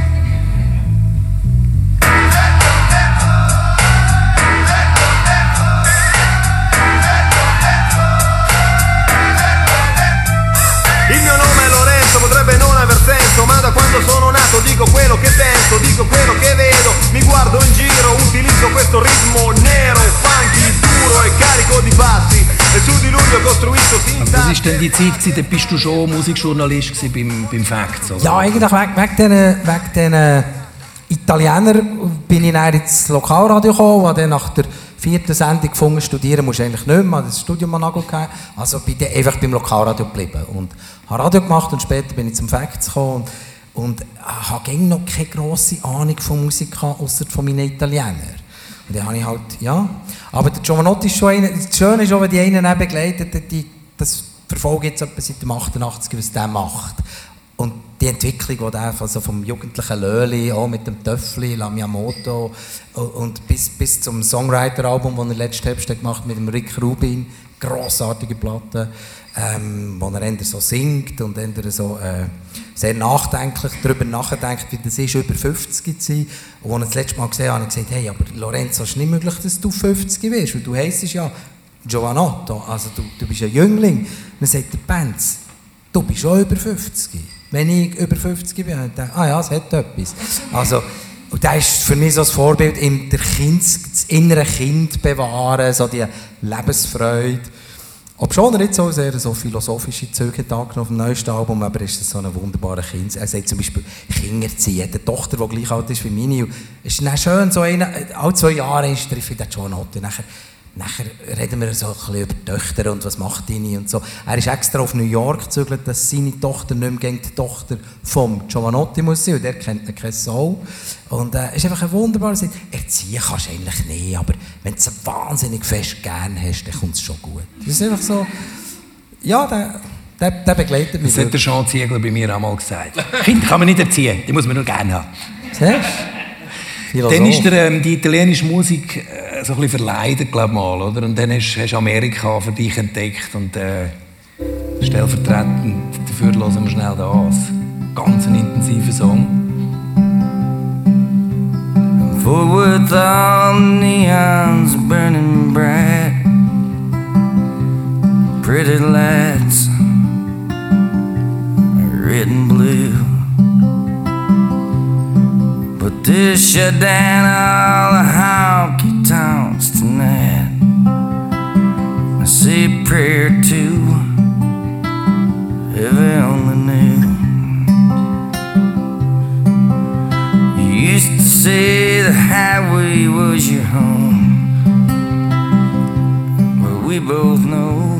Potrebbe non aver senso, ma da quando sono nato dico quello che penso, dico quello che vedo, mi guardo in giro, utilizzo questo ritmo nero, funky, duro e carico di bassi, e su di lui ho costruito sintassi. Das ist dann die Zeit, da bist du schon Musikjournalist beim, beim Facts, oder? Ja, eigentlich wegen, wegen diesen wegen den Italienern bin ich dann ins Lokalradio gekommen, und dann nach der vierten Sendung gefunden, studieren musst du eigentlich nicht mehr, das Studium an Nagel gegeben. Also bin ich einfach beim Lokalradio geblieben und habe Radio gemacht, und später bin ich zum Facts gekommen und, und habe noch keine grosse Ahnung von Musik, außer von meinen Italienern. Und dann habe ich halt, ja. Aber der Giovanotti ist schon einer, das Schöne ist auch, wenn die einen begleitet, die, das verfolge jetzt etwa seit dem achtundachtzig, was der macht. Und die Entwicklung, die der also vom jugendlichen Löli, auch mit dem Töffli, La Miyamoto, und bis, bis zum Songwriter-Album, das er letzten Herbst gemacht hat mit dem Rick Rubin, grossartige Platte, ähm, wo er eher so singt und eher so äh, sehr nachdenklich darüber nachdenkt, wie das ist, über fünfzig zu sein. Und als ich das letzte Mal gesehen habe, habe ich gesagt, hey, aber Lorenzo, es ist nicht möglich, dass du fünfzig bist, weil du heisst ja Giovanotto, also du, du bist ein Jüngling. Und dann sagt der Benz, du bist auch über fünfzig. wenn ich über fünfzig bin. Und denke, ah ja, es hat etwas. Also, und das ist für mich so das Vorbild, im der kind, das innere Kind bewahren, so die Lebensfreude. Obschon er jetzt so sehr so philosophische Züge hat angenommen auf dem neuesten Album, aber ist das so ein wunderbarer Kind. Er sagt zum Beispiel, Kinder ziehen, eine Tochter, die gleich alt ist wie meine. Es ist dann schön, so eine, alle zwei Jahre ist, treffe ich den Giovanotti. Nachher, nachher reden wir so ein bisschen über Töchter und was macht die und so. Er ist extra auf New York gezügelt, dass seine Tochter nicht mehr gegen die Tochter vom Giovanotti muss sein, und der kennt ihn keine Sau. Und es äh, ist einfach ein wunderbarer Sinn. Erziehen kannst du eigentlich nicht, aber wenn du es wahnsinnig fest gern hast, dann kommt es schon gut. Das ist einfach so, ja, der, der, der begleitet mich. Das hat der Jean Ziegler bei mir auch mal gesagt. Kinder kann man nicht erziehen, die muss man nur gerne haben. Siehst du? Dann ist der, ähm, die italienische Musik äh, so ein bisschen verleidet, glaube ich mal, oder? Und dann hast du Amerika für dich entdeckt und äh, stellvertretend dafür hören wir schnell das. Ganz ein intensiver Song. For with all the neons burning bright, pretty lights, red and blue, but this shut down all the honky tonks tonight. I say a prayer too, if I only knew. You used to say the highway was your home, but we both know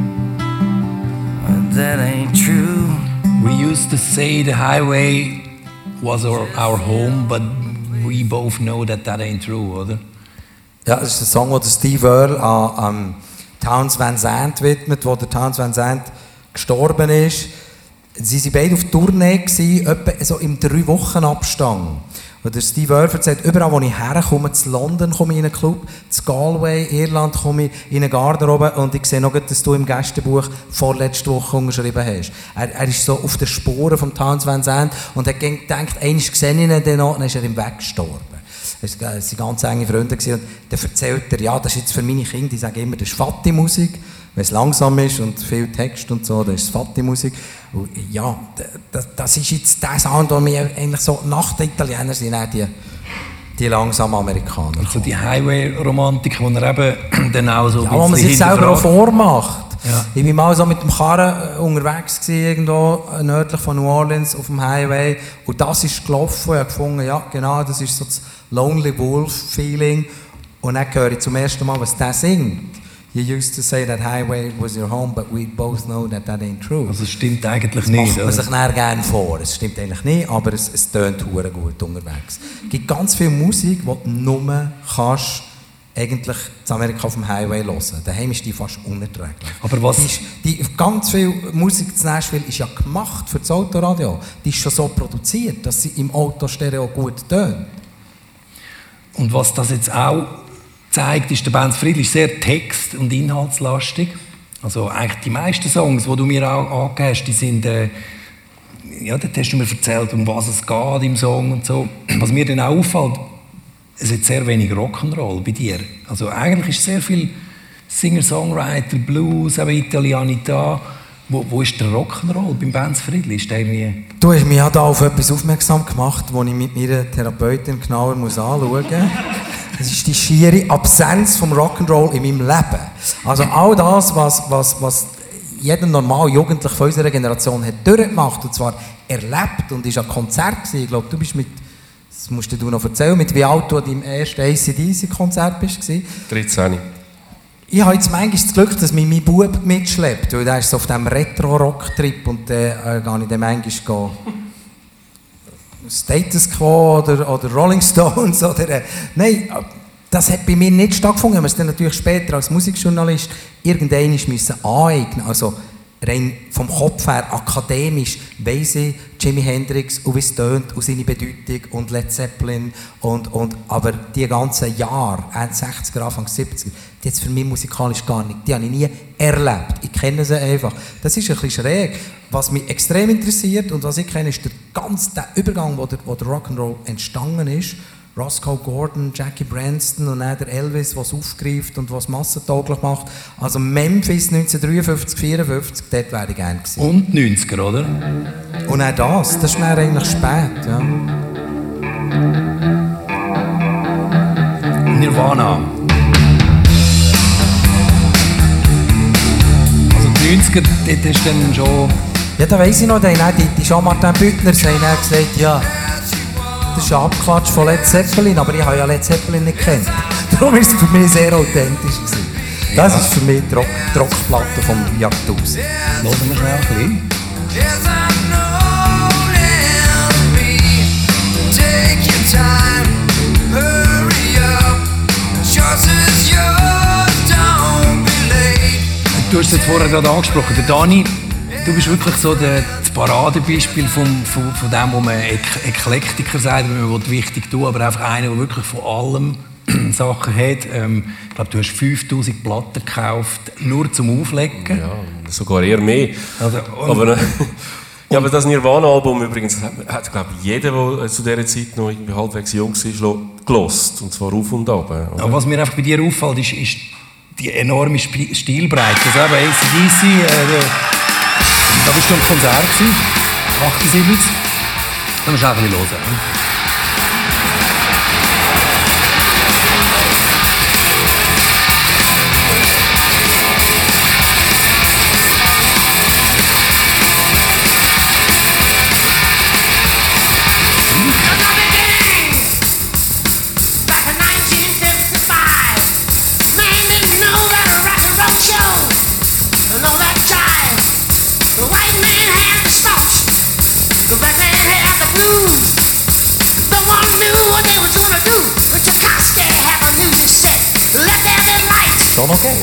that ain't true. We used to say the highway was our, our home, but we both know that that ain't true, oder? Ja, das ist ein Song, den Steve Earle an, an Townes Van Zandt widmet, wo der Townes Van Zandt gestorben ist. Sie waren beide auf Tournee, etwa so im drei Wochen Abstand. Und der Steve Earle erzählt, überall wo ich herkomme, zu London komme ich in einen Club, zu Galway, Irland komme ich in eine Garderobe und ich sehe noch, dass du im Gästebuch vorletzte Woche unterschrieben hast. Er, er ist so auf den Spuren von Townes Van Zandt und hat gedacht, einmal gesehen ihn dann noch, dann ist er ihm weggestorben. Das waren ganz enge Freunde. Und dann erzählt er, ja, das ist jetzt für meine Kinder, die sagen immer, das ist Fatti-Musik. Wenn es langsam ist und viel Text und so, dann ist es Fatti-Musik. Und ja, das, das ist jetzt der Sound, der mir eigentlich so nach den Italienern sind, auch die, die langsamen Amerikaner. Also die Highway-Romantik, die er eben dann auch so ja, ein wo man sich selber auch vormacht. Ja. Ich war mal so mit dem Karren unterwegs gewesen, irgendwo nördlich von New Orleans auf dem Highway, und das ist gelaufen und ich habe gefunden, ja genau, das ist so das Lonely Wolf-Feeling. Und dann höre ich zum ersten Mal, was der singt. You used to say that highway was your home, but we both know that that ain't true. Also es stimmt eigentlich das nicht, macht man oder? sich nachher gerne vor. Es stimmt eigentlich nicht, aber es, es tönt hure gut unterwegs. Es gibt ganz viel Musik, die du nur kannst eigentlich in Amerika auf dem Highway hören. Daheim ist die fast unerträglich. Aber was? Die ist, die, ganz viel Musik in Nashville ist ja gemacht für das Autoradio. Die ist schon so produziert, dass sie im Autostereo gut tönt. Und was das jetzt auch zeigt, ist, der Benz Friedl ist sehr text- und inhaltslastig. Also eigentlich die meisten Songs, die du mir auch angegeben hast, die sind, äh, ja, dort hast du mir erzählt, um was es geht im Song und so. Was mir dann auch auffällt, es hat sehr wenig Rock'n'Roll bei dir. Also eigentlich ist sehr viel Singer-Songwriter, Blues, aber Italianita. Wo, wo ist der Rock'n'Roll beim Benz Friedl? Ist der irgendwie... Du hast mich ja da auf etwas aufmerksam gemacht, das ich mit meiner Therapeutin genauer muss anschauen muss. Das ist die schiere Absenz vom Rock'n'Roll in meinem Leben. Also all das, was, was, was jeder normale Jugendliche von unserer Generation hat durchgemacht, und zwar erlebt und ist an Konzert gewesen. Ich glaube, du bist mit, das musst du noch erzählen, mit wie alt du an deinem ersten A C D C-Konzert bist. dreizehn. Ich habe jetzt manchmal das Glück, dass mich mein Bub mitschleppt, weil der ist so auf diesem Retro-Rock-Trip und dann äh, gehe ich dann manchmal Status Quo oder, oder Rolling Stones oder... Äh, nein, das hat bei mir nicht stattgefunden. Wir es dann natürlich später als Musikjournalist irgendwann müssen aneignen. Also rein vom Kopf her, akademisch, weiss ich Jimi Hendrix und wie es tönt und seine Bedeutung und Led Zeppelin. Und, und, aber die ganzen Jahre, Ende sechziger, Anfang siebziger, die jetzt für mich musikalisch gar nicht, die habe ich nie erlebt. Ich kenne sie einfach. Das ist ein bisschen schräg. Was mich extrem interessiert und was ich kenne, ist der ganze der Übergang, wo der, wo der Rock'n'Roll entstanden ist, Roscoe Gordon, Jackie Branston und dann der Elvis, der es aufgreift und was massentauglich macht. Also Memphis neunzehnhundertdreiundfünfzig, vierundfünfzig, dort wäre ich gerne gewesen. Und neunziger, oder? Und auch das, das ist dann eigentlich spät, ja. Nirvana. Also die neunziger, dort ist dann schon... Ja, da weiss ich noch, die, die Jean-Martin Büttner haben dann gesagt, ja, das ist ein Abklatsch von Led Zeppelin, aber ich habe ja Led Zeppelin nicht gekannt. Darum war es für mich sehr authentisch gewesen. Das ja. ist für mich die Rock, die Rockplatte vom Jahrtausend. Hören wir schnell ein bisschen. Du hast es jetzt vorher gerade angesprochen, der Dani, du bist wirklich so der, das Paradebeispiel von, von, von dem, wo man Ek Eklektiker sagt, wenn man wichtig tun, aber einfach einer, der wirklich von allem Sachen hat. Ähm, ich glaube, du hast fünftausend Platten gekauft, nur zum Auflegen. Ja, sogar eher mehr. Also, aber, ja, aber das Nirvana-Album übrigens hat, hat glaube ich, jeder, der zu dieser Zeit noch irgendwie halbwegs jung war, gelost. Und zwar auf und ab. Aber was mir einfach bei dir auffällt, ist, ist die enorme Sp Stilbreite. Also eben A C D C, äh, da bist du am Konzert gewesen, achtundsiebzig. Da musst du auch ein bisschen hören. Schon okay.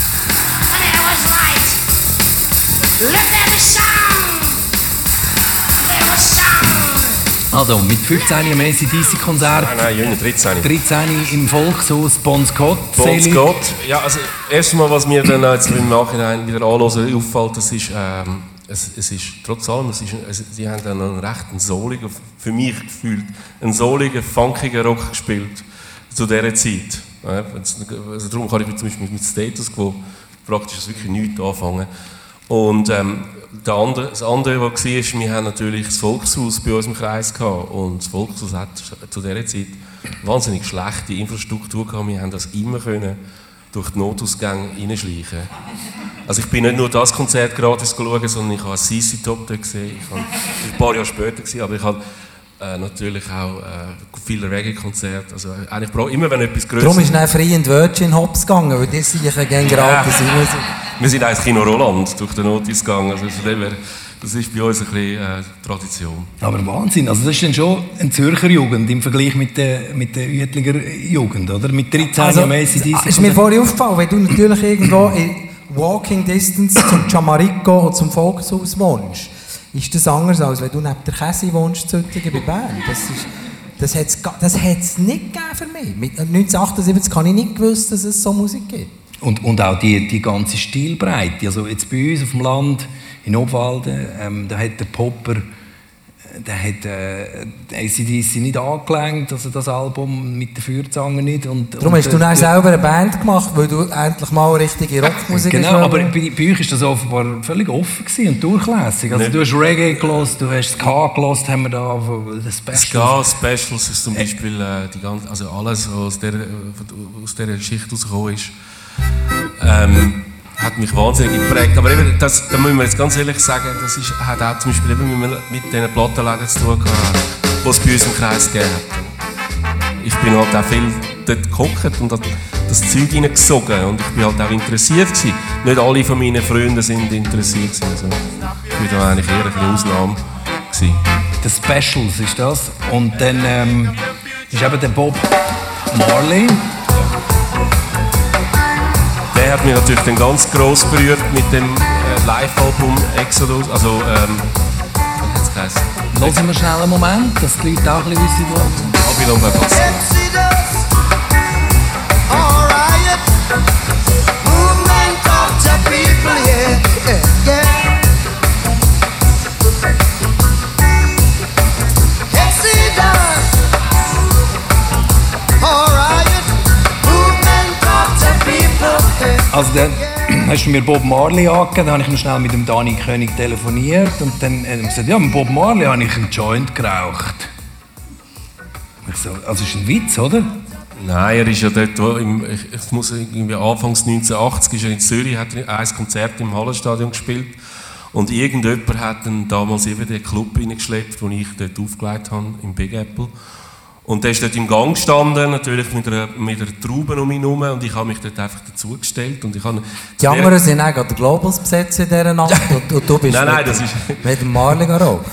Also, mit fünfzehn am A C D C-Konzert. Nein, nein, jünger, dreizehn. dreizehn im Volkshaus Bon Scott. Bon Scott. Ja, also, erst mal, was mir dann jetzt im Nachhinein wieder anhören auffällt, das ist, ähm, es, es ist, trotz allem, es ist, es, sie haben dann einen recht soligen, für mich gefühlt, einen soligen, funkigen Rock gespielt zu dieser Zeit. Ja, also darum kann ich zum Beispiel mit Status Quo praktisch wirklich nichts anfangen. Und ähm, der andere, das andere, was war, ist, wir haben natürlich das Volkshaus bei uns im Kreis gehabt. Und das Volkshaus hat zu dieser Zeit wahnsinnig schlechte Infrastruktur gehabt. Wir haben das immer können durch die Notausgänge reinschleichen. Also ich bin nicht nur das Konzert gratis schauen, sondern ich habe C C Top dort gesehen. Ich habe ein paar Jahre später gesehen, aber ich habe Äh, natürlich auch äh, viele Reggae-Konzerte. Also, eigentlich immer wenn etwas Größeres... Darum ist dann Free and Virgin Hops gegangen, weil die sicher gerne gratis ja. rein. Wir sind eigentlich Kino Roland durch den Notis gegangen. Also, das ist bei uns ein bisschen äh, Tradition. Aber Wahnsinn, also das ist dann schon eine Zürcher Jugend im Vergleich mit der, mit der Uetliger Jugend, oder? Mit dreizehn also, Jahren A C D C. Ist mir vorhin aufgefallen, wenn du natürlich irgendwo in Walking Distance zum Jamarico oder zum Volkshaus wohnst, ist das anders, als wenn du neben der Käse wohnst, Züttingen bei Bern. Das ist, das hat es das hat's nicht gegeben für mich. Mit neunzehnhundertachtundsiebzig habe ich nicht gewusst, dass es so Musik gibt. Und, und auch die, die ganze Stilbreite. Also jetzt bei uns auf dem Land, in Obwalden, ähm, da hat der Popper, der hat äh, A C D C nicht angelenkt, also das Album mit der Feuerzange nicht. Und, Darum und, hast du dann selber eine Band gemacht, weil du endlich mal richtige Rockmusik genau, hast. aber bei, bei euch war das offenbar völlig offen gewesen und durchlässig. Also du hast Reggae gehört, du hast Ska gehört, haben wir da das Specials. Ska Specials ist zum Beispiel äh, die ganze, also alles, was aus dieser, aus dieser Geschichte rausgekommen ist. Ähm, hat mich wahnsinnig geprägt. Aber eben, das, da müssen wir jetzt ganz ehrlich sagen, das ist, hat auch zum Beispiel eben mit, mit diesen Plattenläden zu tun gehabt, die es bei uns im Kreis gegeben hat. Ich bin halt auch viel dort gehockt und das Zeug hineingesogen und ich bin halt auch interessiert gewesen. Nicht alle von meinen Freunden sind interessiert gewesen. Also ich war da eigentlich eher eine Ausnahme gewesen. The Specials ist das. Und dann ähm, ist eben der Bob Marley. Der hat mich natürlich dann ganz gross berührt mit dem äh, Live-Album Exodus. Also, ähm, wie hat's geheißen? Hören wir schnell einen Moment, dass die Leute auch ein bisschen wissen, wo... Babylon bei Basel. Also dann hast du mir Bob Marley angegeben, dann habe ich noch schnell mit dem Dani König telefoniert und dann hat er gesagt, ja, mit Bob Marley habe ich einen Joint geraucht. Ich so, also das ist ein Witz, oder? Nein, er ist ja dort, wo im, ich muss irgendwie Anfangs neunzehnhundertachtzig ist er in Zürich, hat er ein Konzert im Hallenstadion gespielt und irgendjemand hat dann damals eben den Club reingeschleppt, den ich dort aufgelegt habe, im Big Apple. Und der ist dort im Gang gestanden, natürlich mit einer, mit einer Traube um ihn herum und ich habe mich dort einfach dazugestellt. Und ich habe die anderen sind auch den Globus besetzt in dieser Nacht und, und du bist nein, nein, mit, das ist mit dem Marley rauchen.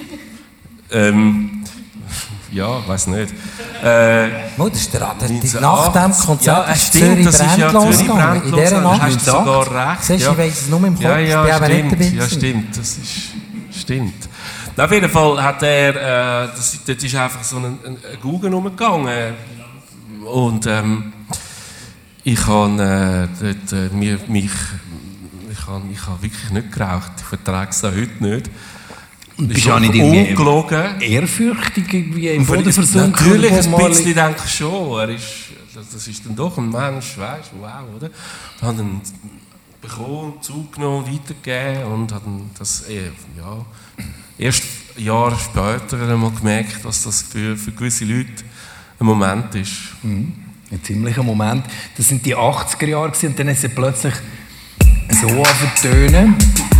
ähm, ja, ich weiss nicht. Äh, oh, das ist der, der, die, nach dem Konzert ja, ist stimmt, Zürich das ist ja losgegangen. In dieser Nacht. Hast du sogar recht. Siehst, ja. Ich weiss es nur im Kopf, ja, ja, ich bin stimmt, nicht dabei. Ja, stimmt, das ist, stimmt. Auf jeden Fall hat er, äh, das, dort ist einfach so ein, ein, ein Guggen umgegangen und ähm, ich habe äh, dort, äh, mir, mich, ich habe ich hab wirklich nicht geraucht, ich vertrage es auch heute nicht. Und bist du auch nicht irgendwie ungelogen. Ehrfürchtig irgendwie im Boden versunken? Natürlich, ein bisschen denke ich schon, er ist, das ist dann doch ein Mensch, weißt du, wow, oder? Ich habe ihn bekommen, zugenommen, weitergegeben und habe das, äh, ja... Erst Jahre später einmal gemerkt, was das für, für gewisse Leute ein Moment ist. Mhm. Ein ziemlicher Moment. Das sind die achtziger Jahre und dann ist es plötzlich so angetönt.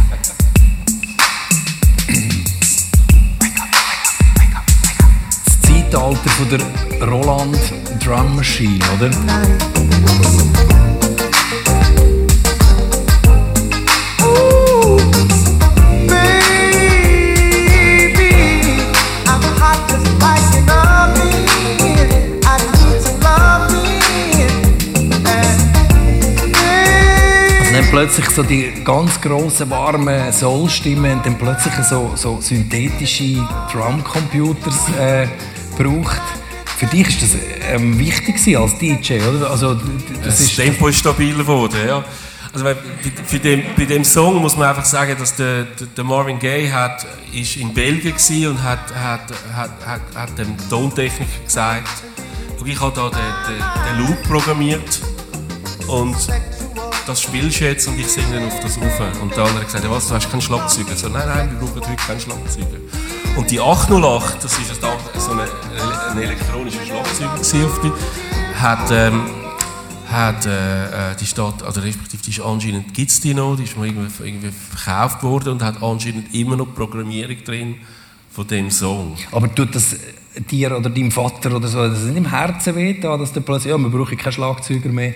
Das Zeitalter von der Roland Drum Machine, oder? Plötzlich so die ganz grossen, warmen Soul-Stimmen und dann plötzlich so, so synthetische Drumcomputers äh, braucht. Für dich ist das ähm, wichtig als D J, oder? Also, das, das ist Tempo ist stabiler geworden, ja. Also bei, bei, dem, bei dem Song muss man einfach sagen, dass der, der Marvin Gaye hat, ist in Belgien war und hat, hat, hat, hat, hat dem Tontechniker gesagt, ich habe da den, den, den Loop programmiert und das spielst du jetzt und ich singe dann auf das rauf. Und der andere hat gesagt, ja, was, du hast keinen Schlagzeuger. So, nein, nein, wir brauchen heute keinen Schlagzeuger. Und die acht null acht, das war so ein, ein elektronischer Schlagzeuger auf die, hat, ähm, hat äh, die Stadt, also respektive die ist anscheinend, gibt es die noch, die ist mal irgendwie, irgendwie verkauft worden und hat anscheinend immer noch Programmierung drin von dem Song. Aber tut das dir oder deinem Vater oder so, das nicht im Herzen weh, dass der plötzlich, ja, wir brauchen keinen Schlagzeuger mehr?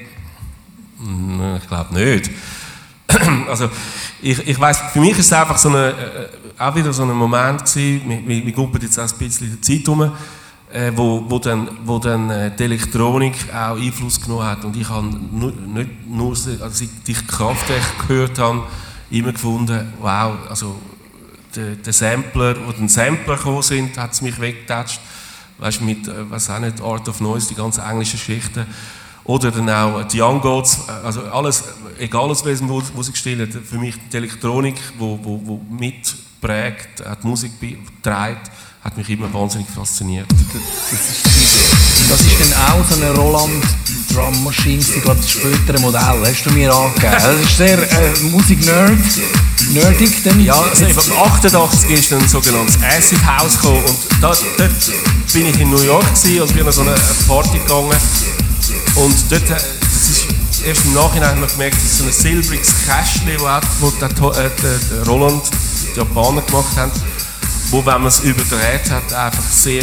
Ich glaube nicht. Also, ich, ich weiss, für mich ist es einfach so eine, äh, auch wieder so ein Moment gewesen, wir, wir, wir gucken jetzt auch ein bisschen in der Zeit rum, äh, wo, wo dann, wo dann äh, die Elektronik auch Einfluss genommen hat. Und ich habe nur, nicht nur, als ich die Kraftwerke gehört habe, immer gefunden, wow, also der, der Sampler, wo den Sampler gekommen sind, hat es mich weggetatscht. Weißt du, mit, äh, weiß auch nicht, Art of Noise, die ganzen englischen Geschichten. Oder dann auch die Young Goats, also alles, egal aus welchem Musikstil, für mich die Elektronik, die wo, wo, wo mitprägt, die Musik trägt, hat mich immer wahnsinnig fasziniert. Das ist die Idee. Das ist dann auch so eine Roland Drum Machine, gerade das spätere Modell, hast du mir angegeben. Das ist sehr äh, Musik-Nerd, nerdig. Dann. Ja, also im achtundachtzig ist dann ein sogenanntes Acid House gekommen und da, dort bin ich in New York und bin an so eine Party gegangen. Und dort, das ist erst im Nachhinein haben wir gemerkt, dass es so ein silbriges Kästchen, das der, äh, der Roland, die Japaner gemacht haben, wo, wenn man es überdreht hat, einfach sehr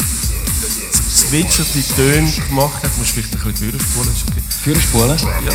zwitschernde Töne gemacht hat. Du musst vielleicht ein bisschen Führerspulen. Führerspulen? Ja.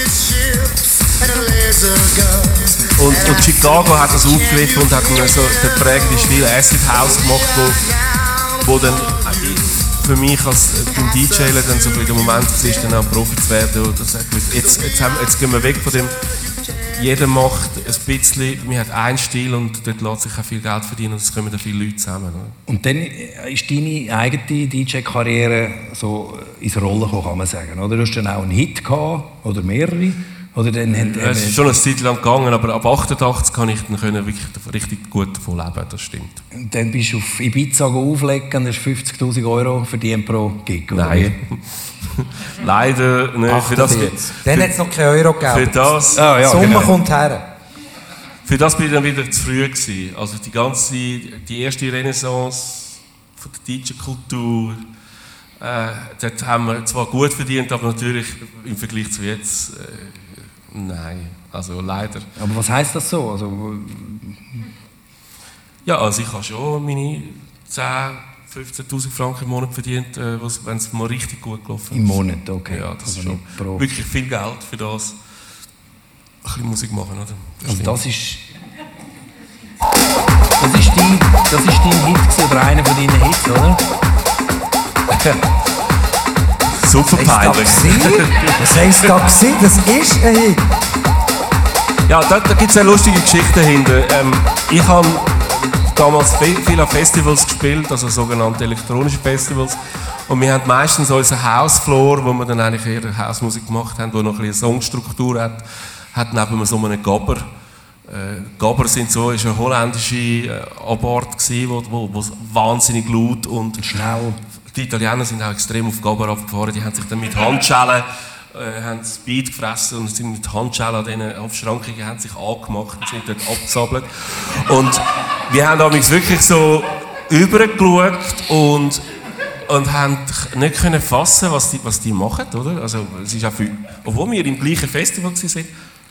Und, und Chicago hat das aufgegriffen und hat so den prägenden Stil Acid House gemacht, wo, wo dann für mich als beim D J dann so der Moment war, dann auch Profi zu werden. Oder sagt, jetzt, jetzt, haben, jetzt gehen wir weg von dem, jeder macht ein bisschen, man hat einen Stil und dort lässt sich auch viel Geld verdienen und es kommen dann viele Leute zusammen. Oder? Und dann ist deine eigene D J-Karriere so ins Rollen gekommen, kann man sagen, oder? Du hast dann auch einen Hit gehabt, oder mehrere? Oder dann haben, ja, es ist schon eine Zeit lang gegangen, aber ab achtundachtzig kann ich dann können wirklich richtig gut davon leben, das stimmt. Und dann bist du auf Ibiza auflegen und hast fünfzigtausend Euro verdient pro Gig, oder? Nein. leider nicht. Für das, dann hat es noch keinen Euro gegeben. Für das, ah, ja, Summe genau. kommt her. Für das bin ich dann wieder zu früh gewesen. Also die ganze, die erste Renaissance von der D J-Kultur, äh, dort haben wir zwar gut verdient, aber natürlich im Vergleich zu jetzt, äh, nein, also leider. Aber was heisst das so? Also, ja, also ich habe schon meine zehn, fünfzehntausend Franken im Monat verdient, äh, wenn es mal richtig gut gelaufen ist. Im Monat, okay. Ja, das also ist schon pro. wirklich viel Geld für das. Ein bisschen Musik machen, oder? Das also das ist... Das ist dein, das ist dein Hit gewesen, oder einer von deinen Hits, oder? Super peinlich. Was heisst das gewesen? Das ist ein Hit. Ja, da, da gibt es eine lustige Geschichte dahinter. Ähm, ich habe damals viel, viel an Festivals gespielt, also sogenannte elektronische Festivals. Und wir haben meistens unseren Hausfloor, wo wir dann eigentlich eher Hausmusik gemacht haben, wo noch ein bisschen eine Songstruktur hat, hat neben so einem Gabber. Äh, Gabber sind so, ist eine holländische äh, Abort gsi, wo, wo, wo wahnsinnig laut und schnell. Die Italiener sind auch extrem auf Gabber abgefahren. Die haben sich dann mit Handschellen äh, haben Speed gefressen und sind mit Handschellen an diesen Abschrankungen haben sich angemacht und sind dort abgesabbelt. Und wir haben damals wirklich so übergeschaut und und haben nicht können fassen, was die, was die machen, oder? Also es ist auch für, obwohl wir im gleichen Festival waren.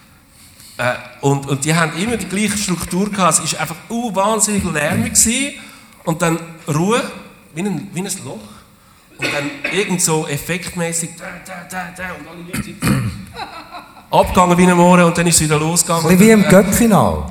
Äh, und, und die haben immer die gleiche Struktur gehabt. Es war einfach uh, wahnsinnig lärmig gewesen. Und dann Ruhe, wie ein, wie ein Loch. Und dann irgend so effektmäßig da, da, da, da, und alle Leute sind abgegangen wie ein Mohren und dann ist es wieder losgegangen. Ein bisschen wie im Göppfinal.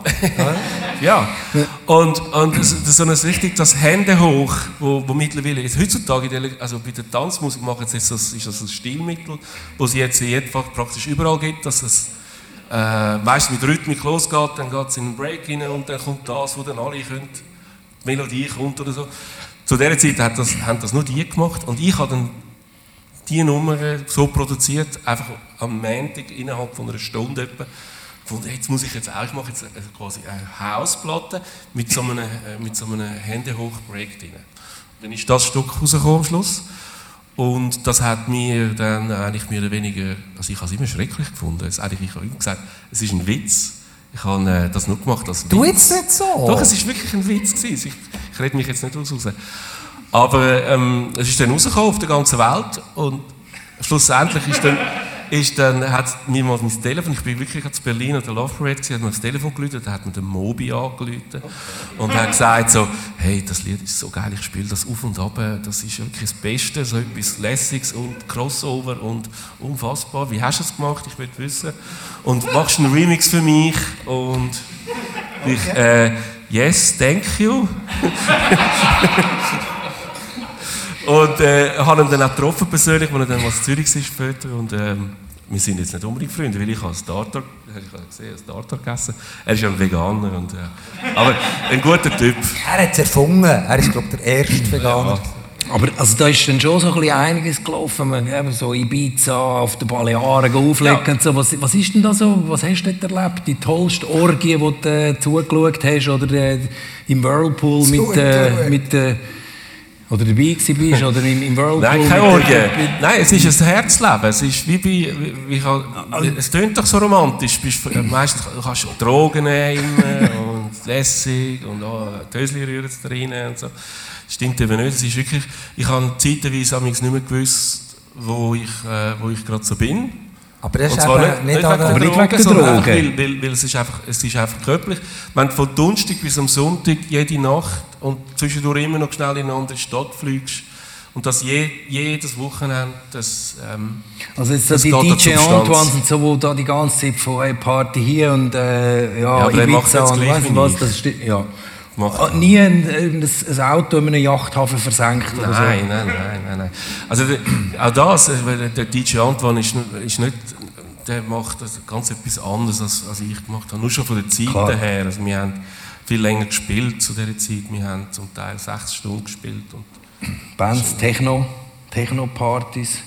Ja, und, und das, das ist so ein richtig das Hände hoch, wo, wo mittlerweile, jetzt heutzutage, in der, also bei der Tanzmusik machen jetzt ist das, ist das ein Stilmittel, wo es jetzt in jedem Fall praktisch überall gibt, dass es äh, weißt, mit Rhythmik losgeht, dann geht es in einen Break rein und dann kommt das, wo dann alle können, die Melodie kommt oder so. Zu dieser Zeit hat das, haben das nur die gemacht und ich habe dann die Nummer so produziert, einfach am Montag innerhalb von einer Stunde etwa. Und jetzt muss ich jetzt auch, ich mache jetzt quasi eine Hausplatte mit so einem, mit so einem Hände-hoch-Break drin. Dann ist das Stück rausgekommen am Schluss. Und das hat mir dann eigentlich mehr oder weniger, also ich habe es immer schrecklich gefunden. Es, eigentlich, ich habe immer gesagt, es ist ein Witz. Ich habe das nur gemacht als Witz. Du jetzt nicht so? Doch, es war wirklich ein Witz gewesen. Ich, ich rede mich jetzt nicht raus. Aber ähm, es ist dann rausgekommen auf der ganzen Welt und schlussendlich ist dann, ist dann hat mir mal mein Telefon, ich bin wirklich in Berlin an der Love Parade gewesen, hat mir das Telefon geläutet, da hat mir den Moby angeläutet und hat gesagt so, hey, das Lied ist so geil, ich spiele das auf und ab, das ist wirklich das Beste, so etwas Lässiges und Crossover und unfassbar, wie hast du es gemacht, ich will wissen und machst einen Remix für mich und ich, äh, yes, thank you. Und äh, habe ihn dann auch getroffen persönlich, als er dann mal in Zürich war später. Und ähm, wir sind jetzt nicht unbedingt Freunde, weil ich habe Starter, ich habe gesehen, Starter gegessen. Er ist ja ein Veganer. Und, äh, aber ein guter Typ. Er hat es erfunden. Er ist, glaube ich, der erste Veganer. Ja. Aber also, da ist dann schon so ein bisschen einiges gelaufen. Man, eben so Ibiza, auf den Balearen auflegen ja. und so. Was, was ist denn da so? Was hast du dort erlebt? Die tollste Orgie, die du äh, zugeschaut hast? Oder äh, im Whirlpool mit... Äh, mit äh, oder dabei warst oder im, im Whirlpool? Nein, keine Orgie. Nein, es ist ein Herzleben. Es ist wie bei... Wie, wie kann, es klingt doch so romantisch. Du meistens kannst du Drogen nehmen und lässig und oh, Tösli rühren drin und so. Das stimmt eben nicht. Es ist wirklich... Ich habe zeitweise nicht mehr gewusst, wo ich, äh, wo ich gerade so bin. Aber das ist nicht, nicht, nicht, nicht wegen der Drogen, Drogen. Weil, weil, weil es, ist einfach, es ist einfach körperlich. Wenn du von Donnerstag bis am Sonntag jede Nacht und zwischendurch immer noch schnell in eine andere Stadt fliegst und das je, jedes Wochenende, das ähm, also jetzt so die D J Antoine und so, wo da die ganze Zeit von hey, Party hier und äh, ja, ja Ibiza und weiss nicht was, das ist, ja. Ah, nie ein, ein, ein Auto in einem Yachthafen versenkt oder nein, so? Nein, nein, nein, nein. Also auch das, der D J Antoine ist, ist nicht, der macht das ganz etwas anderes, als, als ich gemacht habe. Nur schon von der Zeit Klar. her. Also wir haben viel länger gespielt zu dieser Zeit. Wir haben zum Teil sechs Stunden gespielt. Und Bands, Techno, Techno-Partys.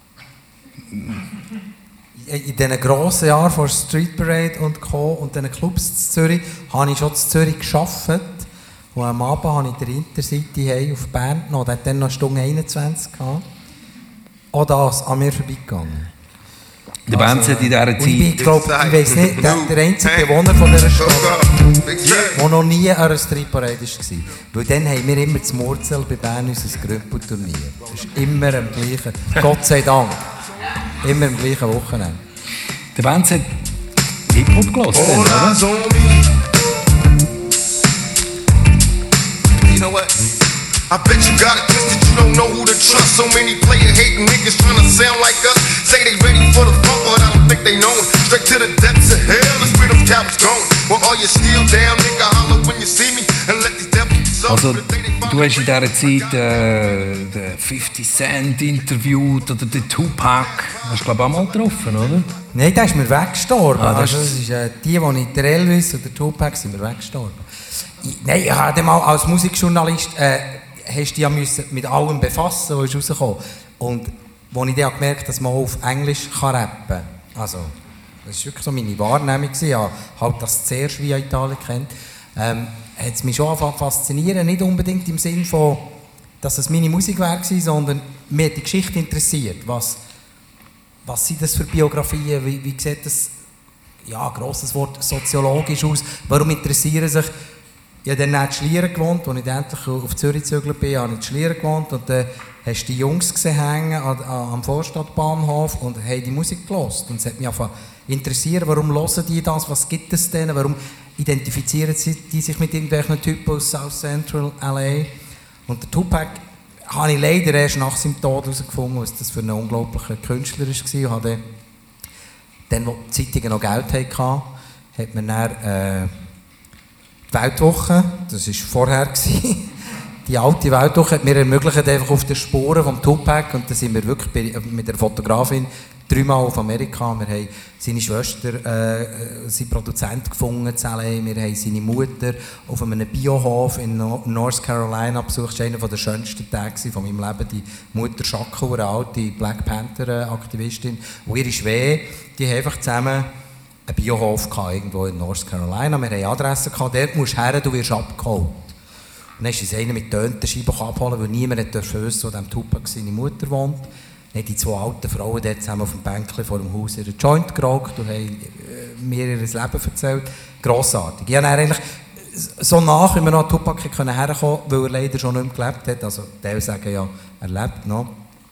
In diesen grossen Jahren von Street Parade und Co. und diesen Clubs in Zürich habe ich schon in Zürich gearbeitet. Und am Abend habe ich den Intercity auf Bern genommen. Der hat dann noch Stunde einundzwanzig gehabt. auch das an mir vorbeigegangen. Der Benz hat in dieser Zeit... Ich glaube, ich weiss nicht, der, der einzige Bewohner von dieser Stadt, der noch nie an einer Streetparade war. Weil dann haben wir immer das Murzel bei Bern unser Grüppelturnier. Das ist immer am gleichen, Gott sei Dank, immer am gleichen Wochenende. Der Benz hat Hip-Hop gehört, oh, oder? You know what? I bet you got it twisted, you don't know who to trust. So many player hating niggas trying to sound like us. Say they ready for the funk, but I don't think they know it. Straight to the depths of hell, that's where them cowards going. Well, all you still down, nigga, holler when you see me. And let these devils Also, du hast in dieser Zeit äh, den fifty Cent interviewt oder den Tupac. Hast du, glaube ich, auch mal getroffen, oder? Nein, der ist mir weggestorben. Ah, das also, das ist, äh, die, die nicht der Elvis oder der Tupac sind mir weggestorben. Ich, nein, ich habe mal als Musikjournalist äh, hast du ja müssen mit allem befassen, was rausgekommen. Und als ich dann gemerkt habe, dass man auch auf Englisch kann rappen kann, also, das war wirklich so meine Wahrnehmung, ich habe halt das zuerst via Italien kennt, ähm, hat es mich schon angefangen zu faszinieren, nicht unbedingt im Sinn von, dass es meine Musik war, sondern mich hat die Geschichte interessiert. Was, was sind das für Biografien, wie, wie sieht das, ja, grosses Wort, soziologisch aus, warum interessieren sich. Ich habe dann in Schlieren gewohnt, als ich endlich auf Zürich gezögert bin, habe ich in Schlieren gewohnt und dann hast du die Jungs gesehen hängen an, an, am Vorstadtbahnhof und haben die Musik gehört. Und es hat mich einfach interessiert, warum hören die das, was gibt es denen, warum identifizieren sie die sich mit irgendwelchen Typen aus South Central L A. Und der Tupac habe ich leider erst nach seinem Tod herausgefunden, was das für ein unglaublicher Künstler war. Und habe dann, als die Zeitungen noch Geld hatten, hat man dann äh, die Weltwoche, das war vorher, die alte Weltwoche hat mir ermöglicht, einfach auf den Spuren vom Tupac, und da sind wir wirklich mit der Fotografin dreimal auf Amerika. Wir haben seine Schwester, äh, seinen Produzent gefunden in L A. Wir haben seine Mutter auf einem Biohof in North Carolina besucht. Das war einer der schönsten Tage von meinem Leben. Die Mutter Schackel, eine alte Black Panther-Aktivistin, und ihre Schwäche, die haben einfach zusammen einen Biohof gehabt, irgendwo in North Carolina. Wir hatten Adressen gehabt, dort musst du her, du wirst abgeholt. Und dann ist es einer mit Töntenscheiben abholen, weil niemand durfte wissen, wo dem Tupac seine Mutter wohnt. Dann haben die zwei alten Frauen dort zusammen auf dem Bänkchen vor dem Haus ihren Joint geraucht und haben mir ihr Leben erzählt. Grossartig. Ich konnte eigentlich so nach, wie wir noch an Tupac herkommen konnten, weil er leider schon nicht mehr gelebt hat, also die sagen ja, er lebt noch,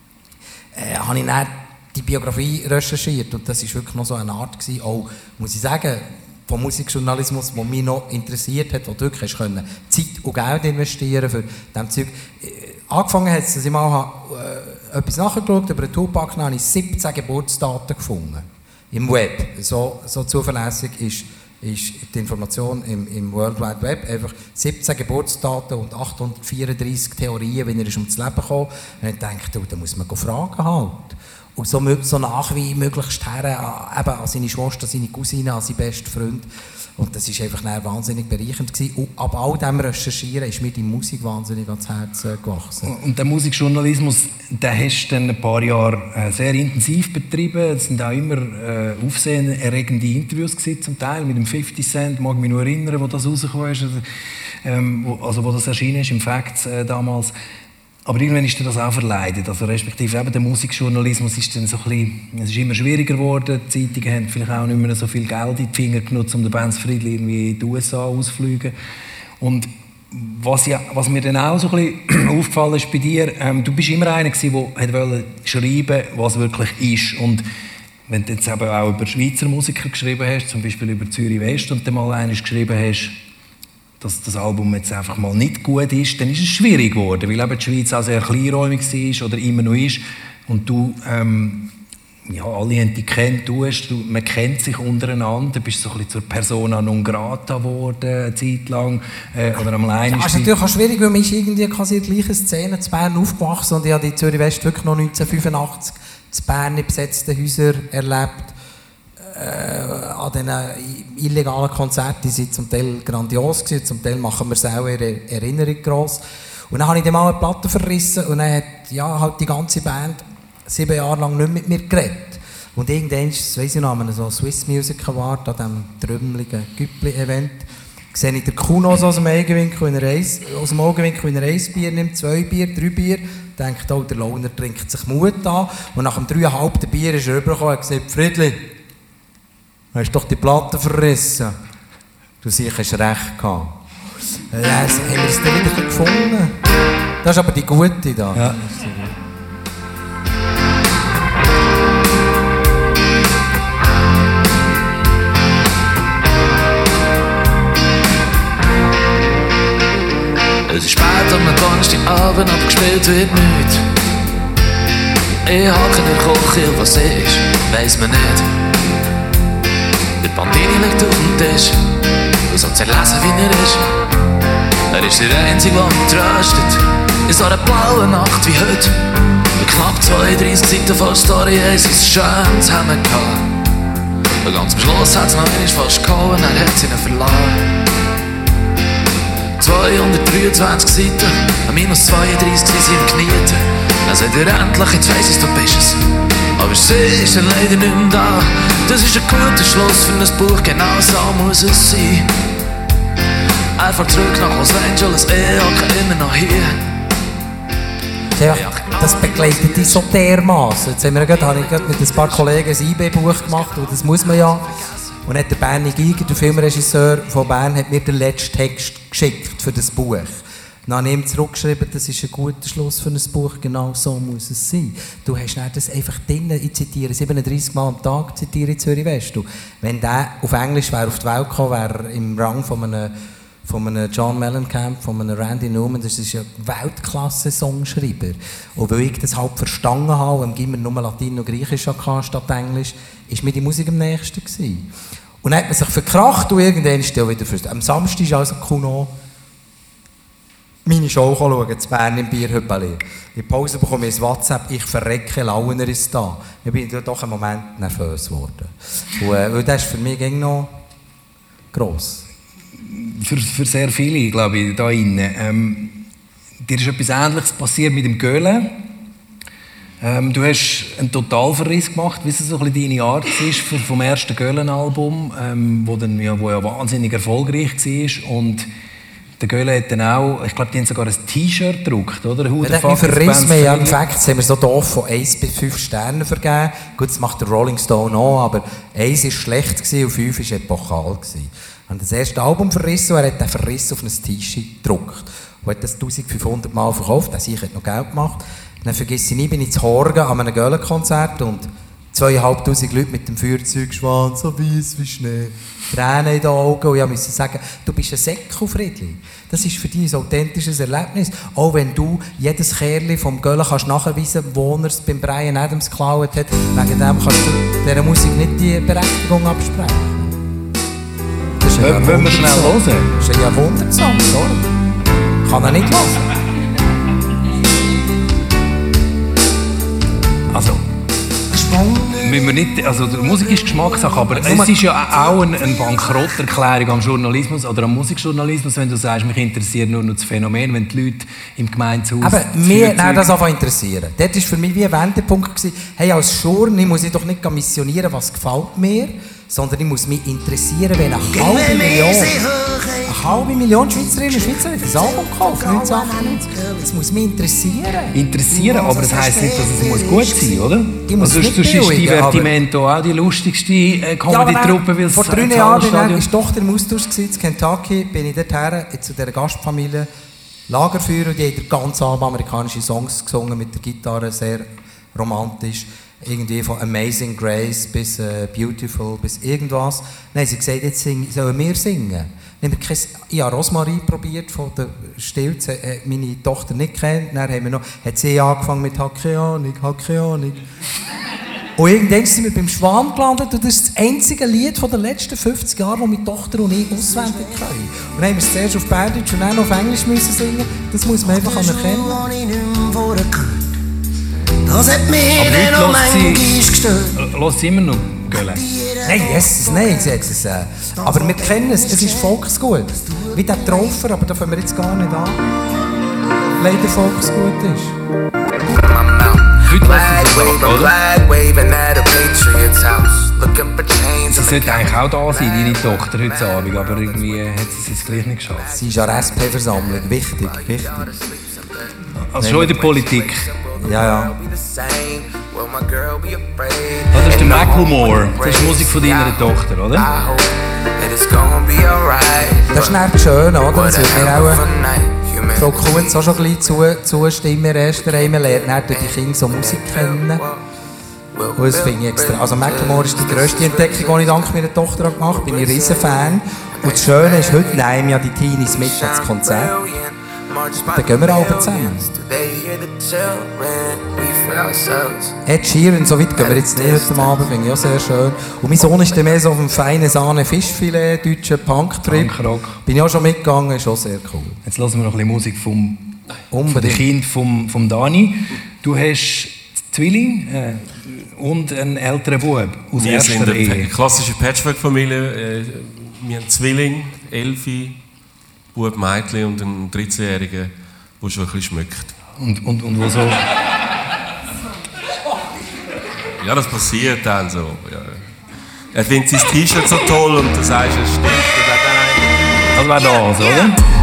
äh, habe ich dann die Biografie recherchiert, und das war wirklich noch so eine Art gewesen, auch, muss ich sagen, vom Musikjournalismus, der mich noch interessiert hat, wo du wirklich hast können, Zeit und Geld investieren für dieses Zeug. Angefangen hat es, dass ich mal äh, etwas nachgeschaut über den Tupac, dann habe ich siebzehn Geburtsdaten gefunden im Web. So, so zuverlässig ist, ist die Information im, im World Wide Web. Einfach siebzehn Geburtsdaten und achthundertvierunddreissig Theorien, wie er ist ums Leben gekommen ist. Und ich dachte, da muss man fragen halt. Und so, so nach wie möglichst her an, eben an seine Schwester, an seine Cousine, an seinen besten Freund. Und das war einfach wahnsinnig bereichernd gewesen. Und ab all dem Recherchieren ist mir die Musik wahnsinnig ans Herz äh, gewachsen. Und der Musikjournalismus, den hast du dann ein paar Jahre äh, sehr intensiv betrieben. Es sind auch immer äh, aufsehenerregende Interviews gewesen, zum Teil mit dem fifty Cent. Ich mag mich nur erinnern, wo das rausgekommen ist, also, ähm, wo, also wo das erschienen ist, im Facts äh, damals. Aber irgendwann ist dir das auch verleidet. Also respektive eben der Musikjournalismus ist dann so ein bisschen, es ist immer schwieriger geworden. Die Zeitungen haben vielleicht auch nicht mehr so viel Geld in die Finger genutzt, um den Benz Friedli irgendwie in die U S A auszufliegen. Und was, ja, was mir dann auch so ein bisschen aufgefallen ist bei dir, ähm, du bist immer einer gewesen, der wollte schreiben, was wirklich ist. Und wenn du jetzt eben auch über Schweizer Musiker geschrieben hast, zum Beispiel über Zürich West, und dann mal eines geschrieben hast, dass das Album jetzt einfach mal nicht gut ist, dann ist es schwierig geworden, weil eben die Schweiz auch sehr kleinräumig war oder immer noch ist. Und du, ähm, ja, alle haben dich kennt, du hast, du, man kennt sich untereinander, du bist so ein bisschen zur Persona non grata geworden, eine Zeit lang, äh, oder am Leinen. Ja, das ist natürlich auch schwierig, weil man ist irgendwie quasi in der gleichen Szene in Bern aufgewachsen, und ich habe in Zürich West wirklich noch neunzehnhundertfünfundachtzig in Bern in besetzten Häusern erlebt. Äh, an diesen illegalen Konzerten, die sind zum Teil grandios gewesen, zum Teil machen wir es auch in Erinnerung gross. Und dann habe ich dann mal eine Platte verrissen, und dann hat ja, halt die ganze Band sieben Jahre lang nicht mit mir geredet. Und irgendwann, das weiss ich noch, an so Swiss Music Award, an diesem trümmeligen Güppli-Event, sehe ich den Kuno aus dem Augenwinkel, wenn er eins, aus dem Augenwinkel, wenn er eins Bier nimmt, zwei Bier, drei Bier, denkt, oh, der Launer trinkt sich Mut an. Und nach dem dreieinhalbten Bier ist er rübergekommen und hat gesagt, Friedli, du hast doch die Platte verrissen. Du sicher hast recht gehabt. Ja, yes, haben wir es dann wieder gefunden. Das ist aber die gute da. Ja. Es ist spät am Donnerstagabend, aber gespielt wird nichts. Ich hacke in der Küche und was ist, weiss man nicht. Der Bandini liegt auf dem Tisch, und so zerlesen wie er ist. Er ist der Einzige, der mich tröstet, in so einer blauen Nacht wie heute. Mit knapp zweiunddreissig Seiten von Story haben sie es schön zusammen gehabt. Und ganz am Schluss hat es noch einmal fast gehauen, er hat sie ihn verloren. zweihundertdreiundzwanzig Seiten, an minus zweiunddreissig sind sie im Knieten. Dann sagt er endlich, jetzt weiss ich's, du bist es. Aber sie ist dann leider nicht mehr da. Das ist ein guter Schluss für ein Buch, genau so muss es sein. Er fährt zurück nach Los Angeles, ich hocke immer noch hier. Ja, das begleitet dich so dermaßen. Jetzt haben wir gerade, habe ich gerade mit ein paar Kollegen ein I B-Buch gemacht, und das muss man ja. Und hat der Berni Giger, der Filmregisseur von Bern, hat mir den letzten Text geschickt für das Buch. Dann habe ich ihm zurückgeschrieben, das ist ein guter Schluss für ein Buch, genau so muss es sein. Du hast das einfach drin, ich zitiere siebenunddreissig Mal am Tag, zitiere ich Zürich West. Du, wenn der auf Englisch wäre auf die Welt gekommen, wäre er im Rang von einem, von einem John Mellencamp, von einem Randy Newman, das ist ein Weltklasse-Songschreiber. Und weil ich das halt verstanden habe, und im Gimmer nur Latein und Griechisch hatte statt Englisch, war mir die Musik am nächsten gewesen. Und dann hat man sich verkracht und irgendwann ist es wieder für. Am Samstag ist also Kuno meine Show schauen, in Bern im Bierhüppeli. In der Pause bekomme ich ein WhatsApp, ich verrecke, Launer ist da. Ich bin doch einen Moment nervös geworden. Und äh, das ist für mich noch gross. Für, für sehr viele, glaube ich, da innen. Ähm, dir ist etwas Ähnliches passiert mit dem Göhle. Ähm, du hast einen Totalverriss gemacht, wie es so ein bisschen deine Art war vom ersten Göhlen-Album, ähm, wo, dann, ja, wo ja wahnsinnig erfolgreich war. Und der Göhle hat dann auch, ich glaube, die haben sogar ein T-Shirt gedruckt, oder? Ja, der hat verrissen. Ja, im Fact haben wir so doof von eins bis fünf Sterne vergeben. Gut, das macht der Rolling Stone auch, aber eins war schlecht und fünf war epochal. Er hat das erste Album verrissen und er hat den Verriss auf ein T-Shirt gedruckt. Und hat das eintausendfünfhundert Mal verkauft, also ich hat noch Geld gemacht. Dann vergesse ich nie, bin ich zu Horgen an einem Göhlen-Konzert und zweieinhalbtausend Leute mit dem Feuerzeugschwanz, so weiss wie Schnee, Tränen in den Augen. Und ich musste sagen, du bist ein Säckel, Friedli. Das ist für dich ein authentisches Erlebnis. Auch wenn du jedes Kerli vom Göhlen kannst nachweisen, wo er es beim Brian Adams geklaut hat, wegen dem kannst du dieser Musik nicht die Berechtigung absprechen. Das ist ein Wollen wir schnell hören? Das ist ein Jahrhundertsong, sorry. Kann er nicht hören. Also, wenn wir nicht, also die Musik ist Geschmackssache, aber es ist ja auch eine, eine Bankrotterklärung am Journalismus oder am Musikjournalismus, wenn du sagst, mich interessiert nur noch das Phänomen, wenn die Leute im Gemeindehaus... Aber mir hat das einfach interessieren. Dort war für mich wie ein Wendepunkt gewesen, hey, als Journal muss ich doch nicht missionieren, was gefällt mir, sondern ich muss mich interessieren, wenn eine halbe Million, eine halbe Million Schweizerinnen und Schweizer das Album gekauft, neunzehnhundertachtundneunzig. Das muss mich interessieren. Interessieren, aber das heisst nicht, dass es muss gut sein muss, oder? Ich muss also, sonst ist Divertimento auch die lustigste äh, Comedy-Truppe, ja, weil vor drei Jahren war die Tochter im Austausch in Kentucky, bin ich dorthin zu dieser Gastfamilie Lagerfeuer und die haben ganz amerikanische Songs gesungen mit der Gitarre, sehr romantisch. Irgendwie von Amazing Grace bis äh, Beautiful bis irgendwas. Dann haben sie gesagt, jetzt sing, sollen wir singen. Ich habe Rosmarie probiert von der Stilz, äh, meine Tochter nicht kennt. Dann haben wir noch, hat sie angefangen mit Hackeanik, Hackeanik. Und irgendwann sind wir beim Schwan gelandet und das ist das einzige Lied von den letzten fünfzig Jahren, das meine Tochter und ich auswendig können. Und dann haben wir es zuerst auf Berndeutsch und dann auf Englisch müssen singen. Das muss man einfach anerkennen. Das hat mich dann noch manchmal gestört. Hörst du immer noch Göhle? Nein, yes, nein, jetzt, äh, aber wir kennen es, es ist Volksgut. Wie der Traufer, aber da fangen wir jetzt gar nicht an. Leider Volksgut ist. Sie sollte eigentlich auch da sein, deine Tochter, heute Abend, aber irgendwie hat sie es gleich nicht geschafft. Sie ist an der S P-Versammlung, wichtig, wichtig. Also schon in der Politik? Ja, ja. Das ist der Macklemore. Das ist die Musik von deiner Tochter, oder? Das ist nicht schön, oder? Das wird mir auch Frau Kunz auch schon ein bisschen zu, zustimmen in der ersten Reihe. Man lernt dann durch die Kinder so Musik kennen. Und das finde ich extra. Also Macklemore ist die grösste Entdeckung, die ich dank meiner Tochter gemacht habe. Bin ich ein riesen Fan. Und das Schöne ist, heute nehmen ja die Teenies mit ans Konzert. Dann gehen wir alle zusammen. Ed Sheeran, so weit gehen wir jetzt nicht heute Abend, finde ich auch sehr schön. Und mein Sohn ist dann mehr so auf dem feinen Sahne-Fischfilet, deutschen Punk-Trip. Punkrock. Bin ich auch schon mitgegangen, ist auch sehr cool. Jetzt hören wir noch ein bisschen Musik vom, von den Kindern vom, vom Dani. Du hast Zwilling äh, und einen älteren Bub aus wir erster sind eine Ehe. klassische Patchwork-Familie. Wir haben Zwilling, Elfi, Bub, Mädchen und einen dreizehnjährigen, der schon ein bisschen schmeckt. Und, und, und wo so... Ja, das passiert dann so. Ja. Er findet sein T-Shirt so toll und du sagst, es stimmt. Das wäre das, oder?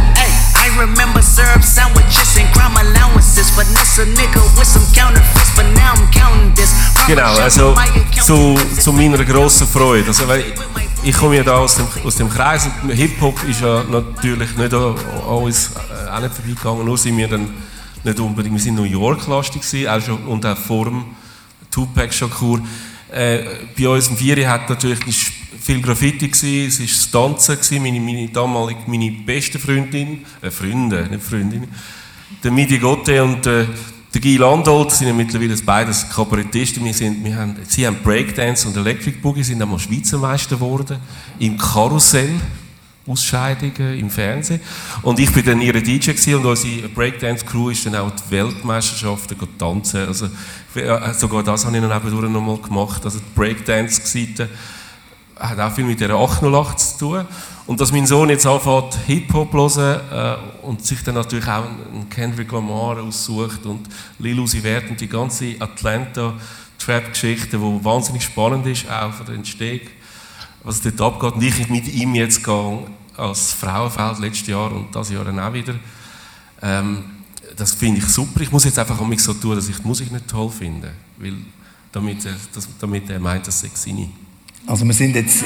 I remember syrup sandwiches and crime allowances. Finesse a nigga with some counterfeits, but now I'm counting this. Genau, also zu, zu meiner grossen Freude. Also, weil ich, ich komme ja da aus dem, aus dem Kreis und Hip-Hop ist ja natürlich nicht an uns äh, auch nicht vorbeigegangen. Nur sind wir dann nicht unbedingt, wir sind New York-lastig gewesen, auch schon, und auch vor dem Tupac Shakur. Äh, bei uns im Vieri hat natürlich viel Graffiti gewesen, es war das Tanzen gewesen, meine, meine damalige, meine beste Freundin, äh, Freunde, nicht Freundin, der Midi Gotte und äh, der Guy Landolt sind ja mittlerweile beides Kabarettisten. Wir sind, wir haben, sie haben Breakdance und Electric Boogie, sind einmal Schweizer Meister geworden im Karussell. Ausscheidungen im Fernsehen. Und ich war dann ihre D J gewesen, und unsere Breakdance-Crew ist dann auch die Weltmeisterschaften tanzen. Also, sogar das habe ich dann eben noch mal gemacht. Also die Breakdance-Seite hat auch viel mit der acht null acht zu tun. Und dass mein Sohn jetzt anfängt Hip-Hop zu hören äh, und sich dann natürlich auch einen Kendrick Lamar aussucht und Lil Uzi Vert und die ganze Atlanta-Trap-Geschichte, die wahnsinnig spannend ist, auch von der Entstehung, was dort abgeht. Und ich mit ihm jetzt gehe als Frauenfeld letztes Jahr und das Jahr dann auch wieder. Ähm, das finde ich super. Ich muss jetzt einfach auch so tun, dass ich die Musik nicht toll finde. Weil damit, das, damit er meint, das sei seine. Also wir sind jetzt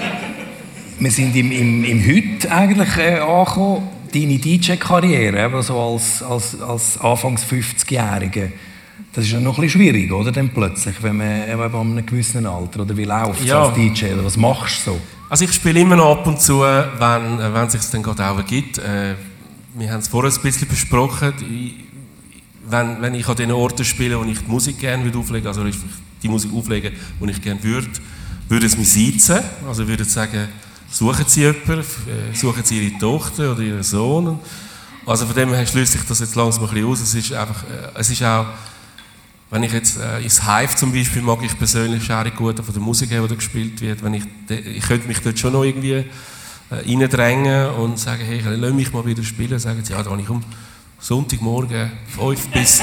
wir sind im, im, im Heute eigentlich äh, angekommen. Deine D J-Karriere, eben so als, als, als Anfangs fünfzigjährige. Das ist ja noch ein bisschen schwierig, oder? Dann plötzlich, wenn man eben an einem gewissen Alter, oder wie läuft es ja. als D J, oder was machst du so? Also ich spiele immer noch ab und zu, wenn, wenn es sich dann gerade auch ergibt. Äh, wir haben es vorher ein bisschen besprochen. Ich, wenn, wenn ich an den Orten spiele, wo ich die Musik gerne würde auflegen, also die Musik auflegen, die ich gerne würde, würde es mich siezen. Also würde sagen, suchen Sie jemanden, suchen Sie Ihre Tochter oder Ihren Sohn. Also von dem her schließt sich das jetzt langsam ein bisschen aus. Es ist einfach, äh, es ist auch, wenn ich jetzt äh, ins Hive zum Beispiel mag ich persönlich sehr gut von der Musik her, die da gespielt wird. Wenn ich, ich könnte mich dort schon noch irgendwie äh, reindrängen und sagen, hey, lass mich mal wieder spielen. Sagen sie, ja, da habe ich um Sonntagmorgen fünf bis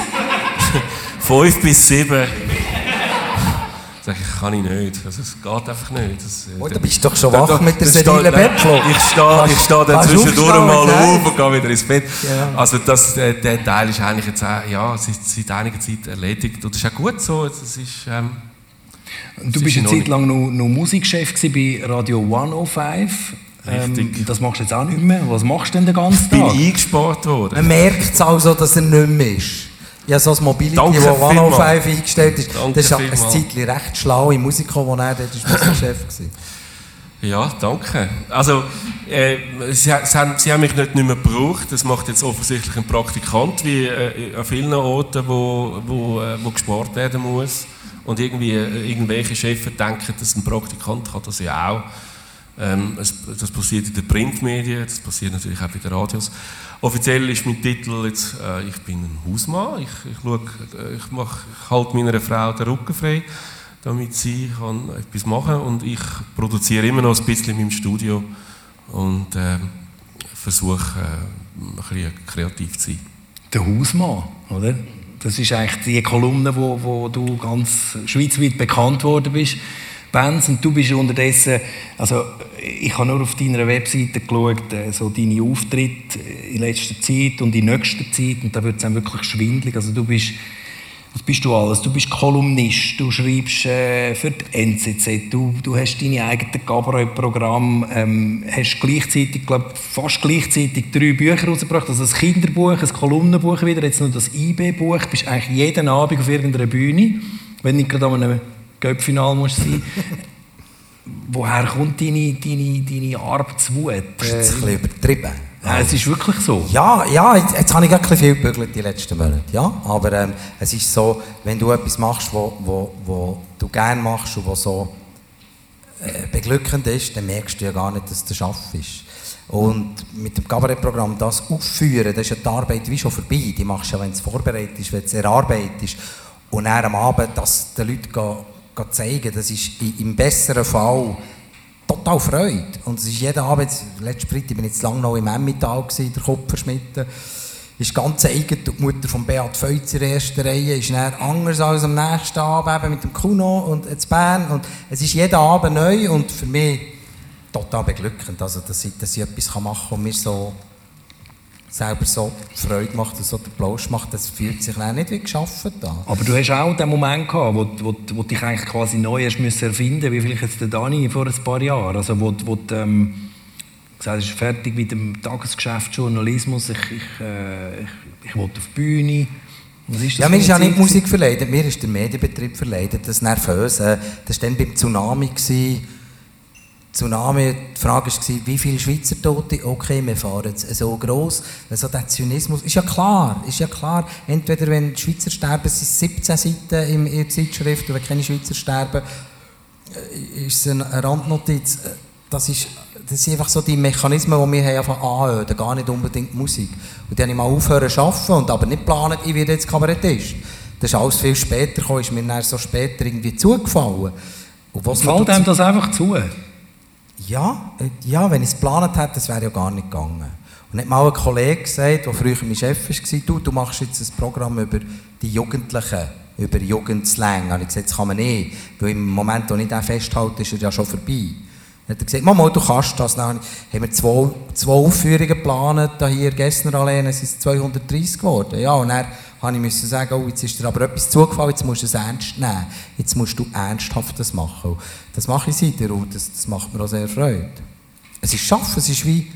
fünf bis sieben. Sag ich, kann ich nicht. Also, es geht einfach nicht. Das, oh, da bist du doch schon wach da, mit der serilen Bettflug. Ich stehe ich steh dann zwischendurch mal auf und gehe wieder ins Bett. Ja. Also das, der, der Teil ist eigentlich jetzt auch, ja, seit, seit einiger Zeit erledigt. Und das ist auch gut so. Das ist, ähm, du das bist eine Zeit lang noch, noch Musikchef bei Radio hundertfünf. Richtig. Ähm, das machst du jetzt auch nicht mehr. Was machst du denn den ganzen Tag? Ich bin eingespart worden. Man merkt es also, dass er nicht mehr ist. Ja, so das Mobility, das hundertfünf eingestellt ist, danke, das ist ein Zeitchen recht schlau im Musiker, wo er dort Musikchef war. Ja, danke. Also, äh, sie, sie, haben, sie haben mich nicht, nicht mehr gebraucht. Das macht jetzt offensichtlich ein Praktikant, wie äh, an vielen Orten, wo, wo, äh, wo gespart werden muss. Und irgendwie äh, irgendwelche Chefs denken, dass ein Praktikant kann das ja auch. Ähm, es, das passiert in den Printmedien, das passiert natürlich auch bei den Radios. Offiziell ist mein Titel jetzt, äh, ich bin ein Hausmann. Ich, ich, schaue, ich, mache, ich halte meiner Frau den Rücken frei, damit sie kann etwas machen kann. Und ich produziere immer noch ein bisschen in meinem Studio und äh, versuche, äh, ein bisschen kreativ zu sein. Der Hausmann, oder? Das ist eigentlich die Kolumne, wo, wo du ganz schweizweit bekannt worden bist. Bands und du bist unterdessen, also ich habe nur auf deiner Webseite geschaut, so deine Auftritte in letzter Zeit und in nächster Zeit und da wird es dann wirklich schwindelig. Also du bist, was bist du alles? Du bist Kolumnist, du schreibst äh, für die N Z Z, du, du hast deine eigenen Kabarettprogramme, ähm, hast gleichzeitig, glaube fast gleichzeitig drei Bücher rausgebracht, also ein Kinderbuch, ein Kolumnenbuch wieder, jetzt noch das I B-Buch, bist eigentlich jeden Abend auf irgendeiner Bühne, wenn nicht gerade an einem Göppfinal musst sein. Woher kommt deine, deine, deine Arbeitswut? Das ist ein bisschen übertrieben. Ja, es ist wirklich so. Ja, ja jetzt, jetzt habe ich ein bisschen viel gebügelt die letzten Monate. Ja? Aber ähm, es ist so, wenn du etwas machst, wo, wo, wo du gerne machst und was so äh, beglückend ist, dann merkst du ja gar nicht, dass du schaffst. Und mit dem Kabarettprogramm das aufführen, das ist ja die Arbeit wie schon vorbei. Die machst du ja, wenn es vorbereitet ist, wenn es erarbeitet ist. Und dann am Abend das den Leuten gehen, gehen zeigen, das ist im besseren Fall total Freude. Und es ist jeden Abend, letzten Freitag bin ich jetzt lange noch im Emmental gewesen, der Kupferschmiede, ist ganz eigen. Die Mutter von Beat Feutz in der ersten Reihe ist dann anders als am nächsten Abend eben mit dem Kuno und in Bern. Und es ist jeden Abend neu und für mich total beglückend, also, dass, ich, dass ich etwas machen kann, was mir so selber so Freude macht und so den Applaus macht, das fühlt sich auch nicht wie geschafft an. Aber du hast auch den Moment gehabt, wo, wo, wo dich eigentlich quasi neu hast müssen erfinden, wie vielleicht jetzt der Dani vor ein paar Jahren, also wo, wo du ähm, gesagt hast, fertig mit dem Tagesgeschäft Journalismus, ich, ich, äh, ich, ich will auf die Bühne. Was ist das ja, mir ist ja nicht Musik verleidet, mir ist der Medienbetrieb verleidet, das Nervöse. Das war dann beim Tsunami. Gewesen. Tsunami, die Frage war, wie viele Schweizer Tote? Okay, wir fahren so gross. Also der Zynismus ist ja klar, ist ja klar. Entweder wenn die Schweizer sterben, sind es siebzehn Seiten in der Zeitschrift, und wenn keine Schweizer sterben, ist es eine Randnotiz. Das, ist, das sind einfach so die Mechanismen, die wir einfach anhören, gar nicht unbedingt Musik. Und dann habe ich mal aufhören zu arbeiten und aber nicht planen, ich werde jetzt Kabarettist. Das ist alles viel später gekommen, ist mir dann so später irgendwie zugefallen. Und was fällt einem das einfach zu? Ja, ja, wenn ich es geplant hätte, das wäre ja gar nicht gegangen. Und hat mal ein Kollege gesagt, der früher mein Chef war, du, du machst jetzt ein Programm über die Jugendlichen, über Jugendslang. Und ich gesagt, das kann man nicht, weil im Moment, wo ich den festhalte, ist er ja schon vorbei. Dann hat er gesagt, Mama, du kannst das. Dann haben wir zwei, zwei Aufführungen geplant, hier Gessner allein, es sind zweihundertdreissig geworden. Ja, und dann musste ich sagen, oh, jetzt ist dir aber etwas zugefallen, jetzt musst du es ernst nehmen. Jetzt musst du ernsthaft das machen. Und das mache ich seitdem und das, das macht mir auch sehr Freude. Es ist Schaffen, es ist wie...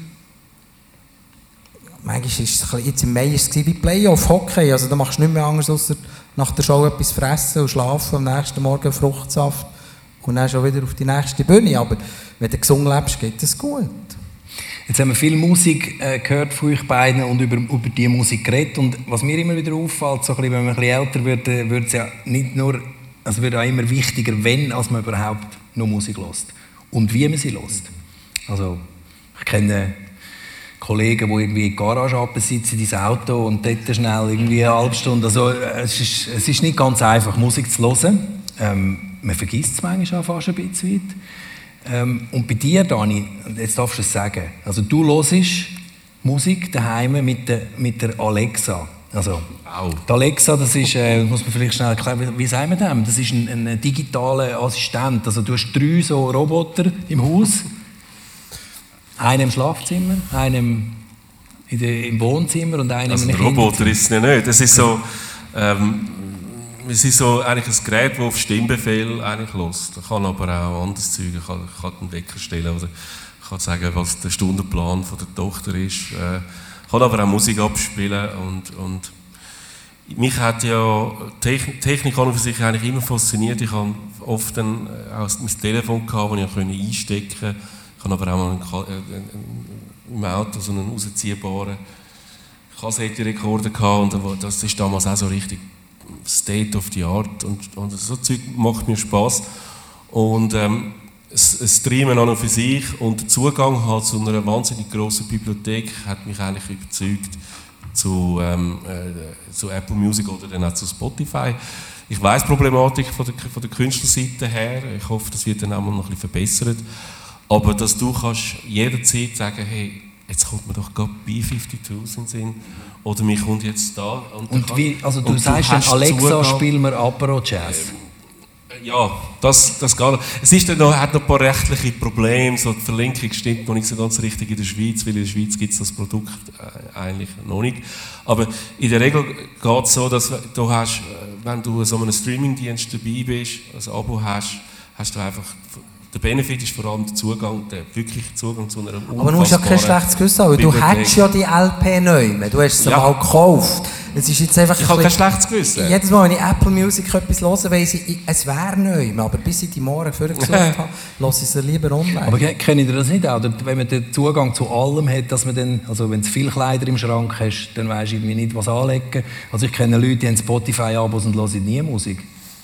Manchmal ist es ein bisschen, jetzt im Mai war es wie Playoff, Hockey, also da machst du nicht mehr anders, außer nach der Show etwas fressen und schlafen, am nächsten Morgen Fruchtsaft und dann schon wieder auf die nächste Bühne. Aber wenn du gesungen lebst, geht es gut. Jetzt haben wir viel Musik äh, gehört von euch beiden und über, über diese Musik geredet. Und was mir immer wieder auffällt, so ein bisschen, wenn man ein bisschen älter wird, äh, wird es ja nicht nur, also wird auch immer wichtiger, wenn als man überhaupt noch Musik hört. Und wie man sie hört. Also, ich kenne Kollegen, die irgendwie in die Garage sitzen, in sein Auto und dort schnell irgendwie eine halbe Stunde. Also, es ist, es ist nicht ganz einfach, Musik zu hören. Ähm, man vergisst es manchmal auch fast ein bisschen weit. Ähm, und bei dir, Dani, jetzt darfst du es sagen, also du hörst Musik daheim mit der, mit der Alexa. Also, wow. Die Alexa, das ist, äh, muss man vielleicht schnell erklären, wie, wie sagen wir das? Das ist ein, ein digitaler Assistent. Also du hast drei so Roboter im Haus, einen im Schlafzimmer, einen in der, im Wohnzimmer und einen also im Kinderzimmer. Roboter ist es nicht, das ist so... Ähm, Es ist so eigentlich ein Gerät, das auf Stimmbefehl eigentlich hört. Ich kann aber auch anderes Zeug, ich kann, ich kann den Wecker stellen oder ich kann sagen, was der Stundenplan von der Tochter ist. Ich kann aber auch Musik abspielen und, und mich hat ja Technik, Technik an und für sich eigentlich immer fasziniert. Ich habe oft dann auch mein Telefon gehabt, das ich einstecken konnte. Ich habe aber auch mal einen, im Auto so einen rausziehbaren Kassettenrekorder gehabt und das ist damals auch so richtig State of the Art und, und so Zeug macht mir Spass. Und ähm, das, das Streamen an und für sich und der Zugang halt zu einer wahnsinnig grossen Bibliothek hat mich eigentlich überzeugt zu, ähm, äh, zu Apple Music oder dann auch zu Spotify. Ich weiss die Problematik von der, von der Künstlerseite her, ich hoffe, das wird dann auch noch ein bisschen verbessert, aber dass du kannst jederzeit sagen, hey, jetzt kommt mir doch gerade B zweiundfünfzig in den Sinn. Oder mir kommt jetzt da. Und, und wie, also du und sagst, du Alexa, Zugang, spiel mir Apero Jazz. ja, das, das geht. Es ist dann noch, hat noch ein paar rechtliche Probleme, so die Verlinkung stimmt noch nicht so ganz richtig in der Schweiz, weil in der Schweiz gibt es das Produkt äh, eigentlich noch nicht. Aber in der Regel geht es so, dass du hast, wenn du so einem Streamingdienst dabei bist, also ein Abo hast, hast du einfach, der Benefit ist vor allem der Zugang, der wirkliche Zugang zu einer unfassbaren Aber du musst ja kein schlechtes Gewissen haben, weil du hättest ja die L P neu, du hast sie ja mal gekauft. Es ist jetzt einfach ich habe kein schlechtes Gewissen. Jedes Mal, wenn ich Apple Music etwas höre, weiss ich, es wäre neu, aber bis ich die morgen vorgesucht habe, lasse ich sie lieber online. Aber kennt ihr das nicht auch? Wenn man den Zugang zu allem hat, dass man dann, also wenn du viele Kleider im Schrank hast, dann weisst du irgendwie nicht, was anlegen. Also ich kenne Leute, die haben Spotify-Abos und hören nie Musik.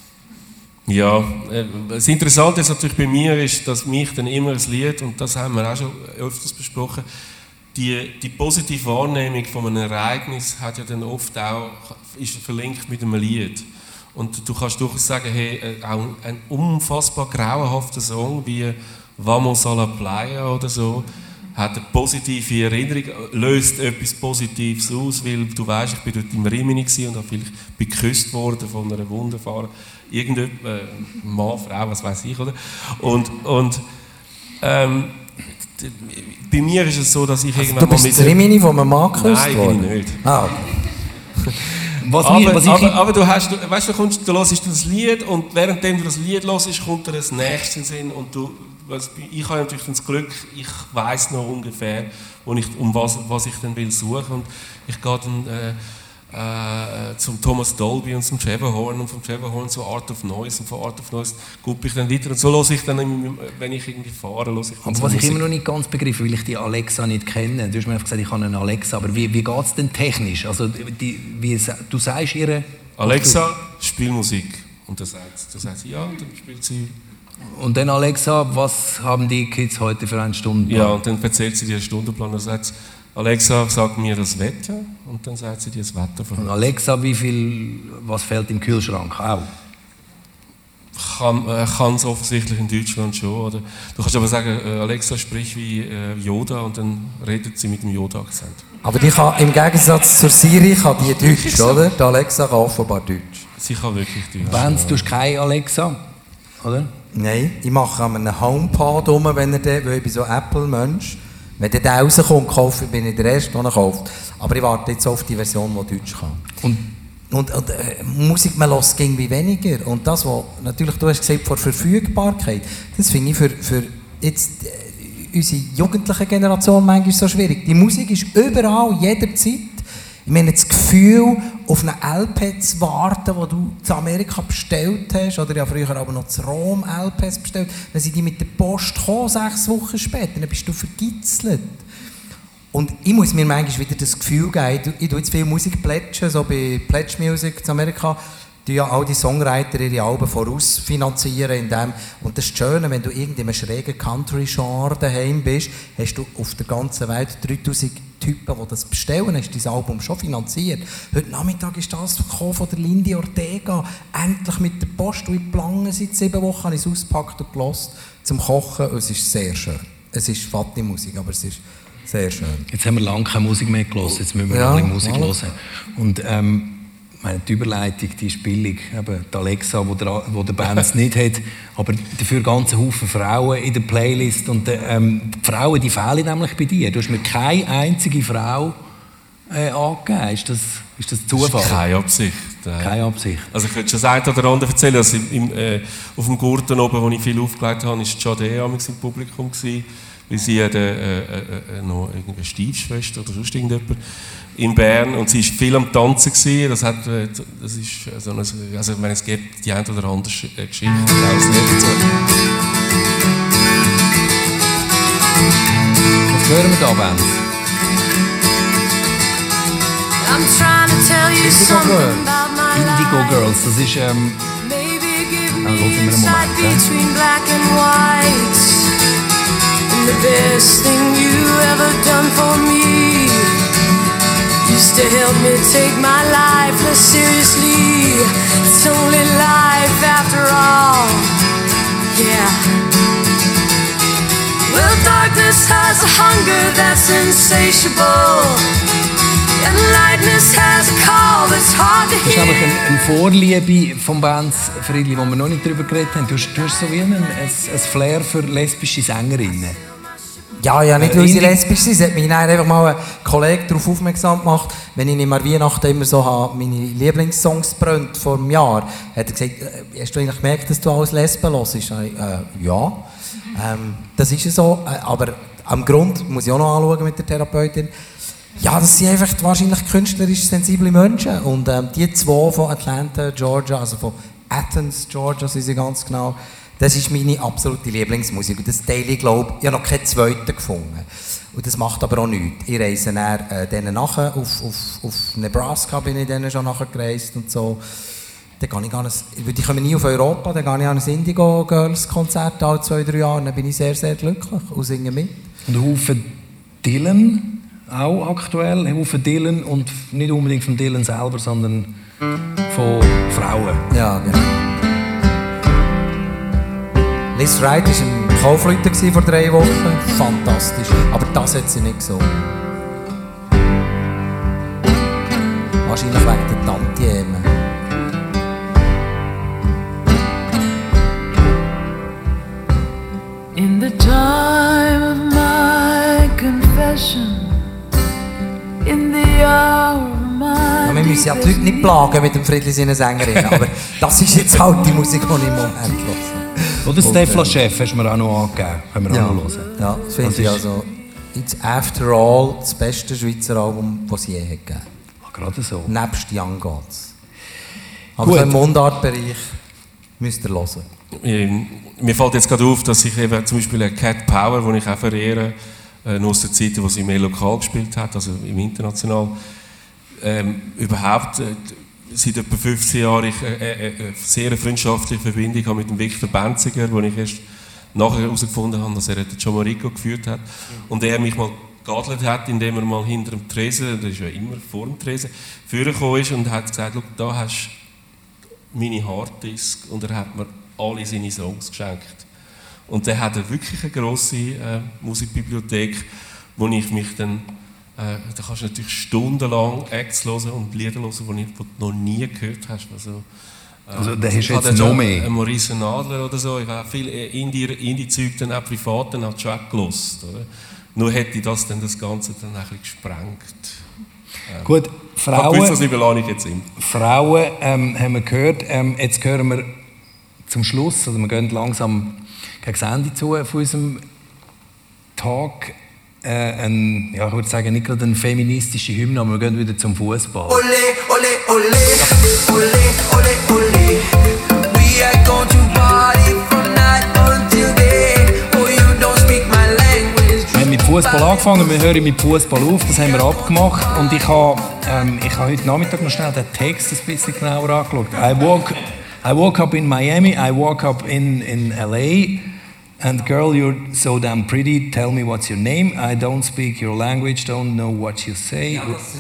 Ja, äh, das Interessante ist natürlich bei mir, ist, dass mich dann immer ein Lied, und das haben wir auch schon öfters besprochen, die, die positive Wahrnehmung von einem Ereignis hat ja dann oft auch, ist verlinkt mit einem Lied. Und du kannst durchaus sagen, hey, auch ein unfassbar grauenhafter Song wie «Vamos a la playa» oder so, hat eine positive Erinnerung, löst etwas Positives aus, weil du weißt, ich war dort im Rimini und habe vielleicht geküsst worden von einer wunderbaren irgendjemand, äh, Mann, Frau, was weiß ich, oder? Und, und ähm, d- bei mir ist es so, dass ich also irgendwann du bist mal mit... das Rimini von einem Mann geküsst Nein, worden? bin ich nicht. Ah, okay. Was aber, mir, was aber, ich... aber du hast, du, weißt, du, kommst, du hörst das Lied und währenddem du das Lied hörst, kommt dir das nächste in den Sinn und du... Ich habe natürlich das Glück, ich weiss noch ungefähr, wo ich, um was, was ich dann will suchen. Und ich gehe dann äh, äh, zum Thomas Dolby und zum Trevor Horn und vom Trevor Horn zu Art of Noise und von Art of Noise gucke ich dann weiter. Und so höre ich dann, wenn ich irgendwie fahre, höre ich dann Aber so was Musik. ich immer noch nicht ganz begriffen, weil ich die Alexa nicht kenne. Du hast mir einfach gesagt, ich habe eine Alexa, aber wie, wie geht es denn technisch? Also, die, wie, du sagst ihr... Alexa, spiel Musik. Und dann sagt, dann sagt sie ja, und dann spielt sie... Und dann Alexa, was haben die Kids heute für einen Stundenplan? Ja, und dann erzählt sie dir einen Stundenplan und sagt, Alexa, sag mir das Wetter. Und dann sagt sie dir das Wetter von Und Alexa, wie viel, was fällt im Kühlschrank? Auch? Kann äh, es offensichtlich in Deutschland schon. Oder? Du kannst aber sagen, äh, Alexa, sprich wie äh, Yoda und dann redet sie mit dem Yoda-Akzent. Aber die kann, im Gegensatz zur Siri kann die Deutsch, oder? Die Alexa kann offenbar Deutsch. Sie kann wirklich Deutsch. Benz, du hast keine Alexa, oder? Nein, ich mache an einem HomePod um, wenn er den, weil ich bin so Apple-Mensch. Wenn der da rauskommt, kaufe ich, bin ich der Erste, der ihn kauft. Aber ich warte jetzt auf die Version, die Deutsch kann. Und, und, und äh, Musik, man hört irgendwie weniger. Und das, was natürlich, du hast gesagt, vor Verfügbarkeit, das finde ich für, für jetzt, äh, unsere jugendliche Generation manchmal so schwierig. Die Musik ist überall, jederzeit. Ich meine, das Gefühl, auf eine L P zu warten, die du in Amerika bestellt hast, oder ja früher aber noch zu Rom L Ps bestellt, dann sind die mit der Post gekommen, sechs Wochen später, dann bist du vergitzelt. Und ich muss mir manchmal wieder das Gefühl geben, ich, ich tue jetzt viel Musik plätschen, so bei Pledge Music in Amerika, die ja all die Songwriter ihre Alben vorausfinanzieren. In dem. Und das ist das Schöne, wenn du in einem schrägen Country-Genre daheim bist, hast du auf der ganzen Welt dreitausend Typen, die das bestellen, hast dein Album schon finanziert. Heute Nachmittag ist das gekommen von der Lindy Ortega, endlich mit der Post, und ich plange seit sieben Wochen, habe ich es ausgepackt und gelassen zum Kochen, und es ist sehr schön. Es ist fette Musik, aber es ist sehr schön. Jetzt haben wir lange keine Musik mehr gehört, jetzt müssen wir Ja, noch ein bisschen Musik alles. hören. Und ähm, meine, die Überleitung, die ist billig. Eben die Alexa, die der, wo der Benz nicht hat, aber dafür ganze Haufen Frauen in der Playlist. Und ähm, die Frauen, die fehlen nämlich bei dir. Du hast mir keine einzige Frau äh, angegeben. Ist das, ist das Zufall? Das ist keine Absicht. Äh. Keine Absicht. Also ich könnte schon das eine oder andere erzählen. Also im, äh, auf dem Gurten oben, wo ich viel aufgelegt habe, war Jade im Publikum gewesen, weil sie hat äh, äh, äh, noch eine Stiefschwester oder sonst irgendjemand in Bern, und sie war viel am Tanzen gewesen. Das hat, äh, das ist so eine, also wenn es gibt die eine oder andere Geschichte aus dem Leben. Was hören wir da, Benz? I'm trying to tell you Indigo something Girls. about my Indigo life. Girls, das ist... Ähm, Maybe give Ah, me lass mir einen insight Moment, ja. between black and white. And the best thing you ever done for me used to help me take my life less seriously. It's only life after all. Yeah. Well, darkness has a hunger that's insatiable. and lightness has called, it's hard to Das ist hear. nämlich eine, eine Vorliebe von Bands, Friedli, wo wir noch nicht drüber geredet haben. Du hast, du hast so wie ein, ein, ein Flair für lesbische Sängerinnen. Ja, ja, nicht Äh, weil sie Indi- lesbisch sind. Es hat mich dann einfach mal ein Kollege darauf aufmerksam gemacht, wenn ich nicht mehr Weihnachten immer so habe, meine Lieblingssongs brennt vor einem Jahr, hat er gesagt, äh, hast du eigentlich gemerkt, dass du alles Lesben hörst? Ich, äh, ja, ähm, das ist ja so. Äh, aber am Grund muss ich auch noch anschauen mit der Therapeutin. Ja, das sind einfach wahrscheinlich künstlerisch sensible Menschen. Und ähm, die zwei von Atlanta, Georgia, also von Athens, Georgia, sind sie ganz genau. Das ist meine absolute Lieblingsmusik. Und das Daily Globe, ich habe noch keinen zweiten gefunden. Und das macht aber auch nichts. Ich reise dann äh, denen nachher, auf, auf, auf Nebraska bin ich denen schon nachher gereist und so. Dann gehe ich, gar nicht, ich komme nie auf Europa, dann gehe ich an ein Indigo Girls Konzert alle zwei, drei Jahre. Dann bin ich sehr, sehr glücklich und singe mit. Und Haufen Dylan, auch aktuell. Haufen Dylan und nicht unbedingt von Dylan selber, sondern von Frauen. Ja, genau. Liz Wright war im Kaufleuten vor drei Wochen. Fantastisch. Aber das hat sie nicht gesungen. Wahrscheinlich wegen der Tantiemen. In the time of my confession, in the hour of my Ja, wir müssen ja die Leute nicht plagen mit dem Friedli seiner Sängerin, aber das ist jetzt halt die Musik, die ich im Moment höre. Oder Stefla Chef hast du mir auch noch angegeben. Können wir Ja. auch noch hören. Ja, das finde Das ich ist- also, it's after all das beste Schweizer Album, das es je hat gegeben. Gerade so. Nebst Young Gods. Aber Gut. so im Mundartbereich müsst ihr hören. Ähm, Mir fällt jetzt gerade auf, dass ich eben zum Beispiel eine Cat Power, die ich auch verehre, äh, noch aus der Zeit, wo sie mehr lokal gespielt hat, also im International, ähm, überhaupt äh, seit etwa fünfzehn Jahren ich äh, äh, eine sehr freundschaftliche Verbindung habe mit dem Victor Benziger, wo ich erst nachher herausgefunden habe, dass er den John Marico geführt hat. Und er mich mal geadelt hat, indem er mal hinter dem Tresen, das ist ja immer vor dem Tresen, vorgekommen ist und hat gesagt, schau, da hast du meine Harddisk, und er hat mir alle seine Songs geschenkt. Und dann hat er wirklich eine grosse äh, Musikbibliothek, wo ich mich dann, äh, da kannst du natürlich stundenlang Acts hören und Lieder hören, die du noch nie gehört hast. Also, äh, Also, da hast du ich habe jetzt dann noch schon mehr. einen Maurice Nadler oder so, ich habe viel Indie- Indie-Zeug dann auch privat dann auch Track gehört, oder? Nur hätte das dann das Ganze dann ein bisschen gesprengt. Ähm, Gut, Ich habe Frauen, gewusst, das überlasse ich jetzt ihm. Frauen ähm, haben wir gehört. Ähm, jetzt hören wir zum Schluss, also wir gehen langsam gegen das Ende zu von unserem Tag. Äh, ein, ja, ich würde sagen, nicht gerade eine feministische Hymne, aber wir gehen wieder zum Fußball. Ole, ole, ole, ole, ole, ole. We are going to party from night until day. Oh, you don't speak my language. Wir haben mit Fußball angefangen, wir hören mit Fußball auf, das haben wir abgemacht. Und ich habe, ähm, ich habe heute Nachmittag noch schnell den Text ein bisschen genauer angeschaut. I woke, I woke up in Miami, I woke up in, in L A. And girl, you're so damn pretty, tell me what's your name. I don't speak your language, don't know what you say.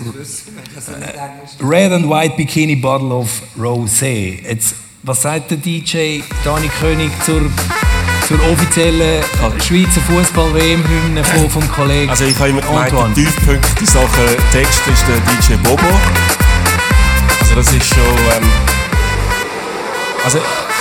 Red and white bikini bottle of rosé. Jetzt, was sagt der D J Dani König zur, zur offiziellen Schweizer Fußball-W M-Hymne vom, vom Kollegen Also ich habe immer gemeint, Antoine? der Tiefpunkt in Sachen Text ist der D J Bobo. Also das ist schon... Ähm, also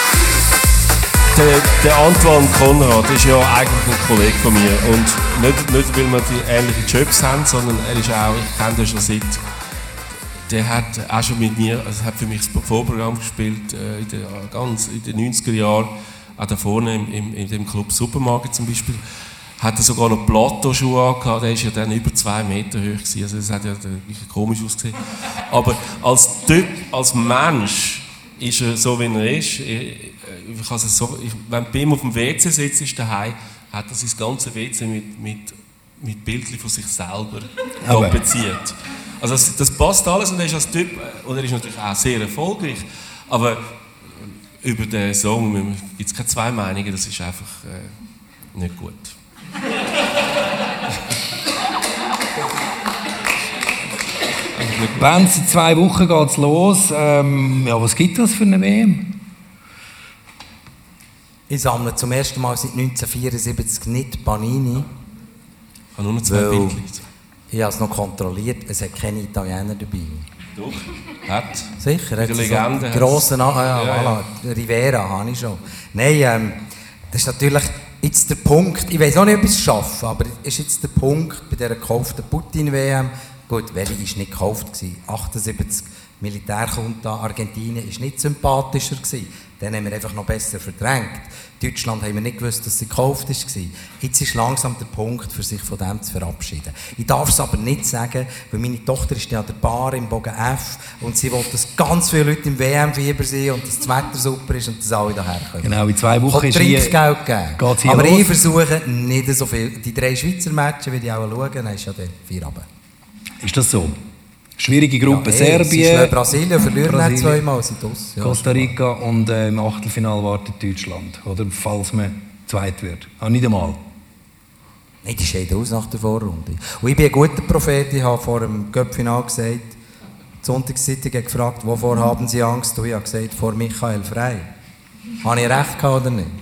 der, der Antoine Konrad ist ja eigentlich ein Kollege von mir. Und nicht, nicht weil wir die ähnlichen Jobs haben, sondern er ist auch, ich kenne den schon seit... Der hat auch schon mit mir, also hat für mich das Vorprogramm gespielt äh, in, den, ganz, in den neunziger Jahren, auch da vorne im, im, in dem Club Supermarket zum Beispiel. Hat er sogar noch Plateauschuhe angehabt, der war ja dann über zwei Meter hoch gewesen, also das hat ja wirklich komisch ausgesehen. Aber als Typ, als Mensch ist er so, wie er ist. Ich, ich kann es so, ich, wenn du bei ihm auf dem W C sitzt, ist daheim, hat er sein ganzes W C mit, mit, mit Bildchen von sich selber Aber- tapeziert. Also das, das passt alles und er ist als Typ, und er ist natürlich auch sehr erfolgreich, aber über den Song gibt es keine zwei Meinungen, das ist einfach äh, nicht gut. Band, seit zwei Wochen geht es los. Ähm, ja, was gibt das für eine W M? Ich sammle zum ersten Mal seit neunzehnhundertvierundsiebzig nicht Panini. Ich habe nur noch zwei weil Bildchen. Ich habe es noch kontrolliert, es hat keine Italiener dabei. Doch, hat. Sicher, hat die es Legende. So grossen, ah, ja, ja, voilà. ja. Rivera habe ich schon. Nein, ähm, das ist natürlich jetzt der Punkt, ich weiß auch nicht, ob ich es schaffe, aber ist jetzt der Punkt bei dieser gekauften Putin-W M, gut, welche war nicht gekauft? achtundsiebzig Militärkunta Argentinien war nicht sympathischer gewesen. Den haben wir einfach noch besser verdrängt. Deutschland haben wir nicht gewusst, dass sie gekauft war. Jetzt ist langsam der Punkt, für sich von dem zu verabschieden. Ich darf es aber nicht sagen, weil meine Tochter ist ja an der Bar im Bogen F und sie will, dass ganz viele Leute im W M-Fieber sind und dass das Wetter super ist und dass alle daher kommen. Genau, in zwei Wochen ist hier Trinkgeld geben. Hier aber los. ich versuche nicht so viel. Die drei Schweizer Matches, die ich auch schauen, dann ist ja der vier runter. Ist das so? Schwierige Gruppe, ja, Serbien, sie Brasilien verlieren Brasilien, zweimal, sind aus. Ja, Costa Rica und äh, im Achtelfinale wartet Deutschland, oder? Falls man zweit wird. Ah, nicht einmal. Nein, die scheiden aus nach der Vorrunde. Und ich bin ein guter Prophet, ich habe vor dem Cup-Final gesagt, die Sonntagszeitung hat gefragt, wovor haben Sie Angst? Und ich habe gesagt, vor Michael Frey. Habe ich recht gehabt oder nicht?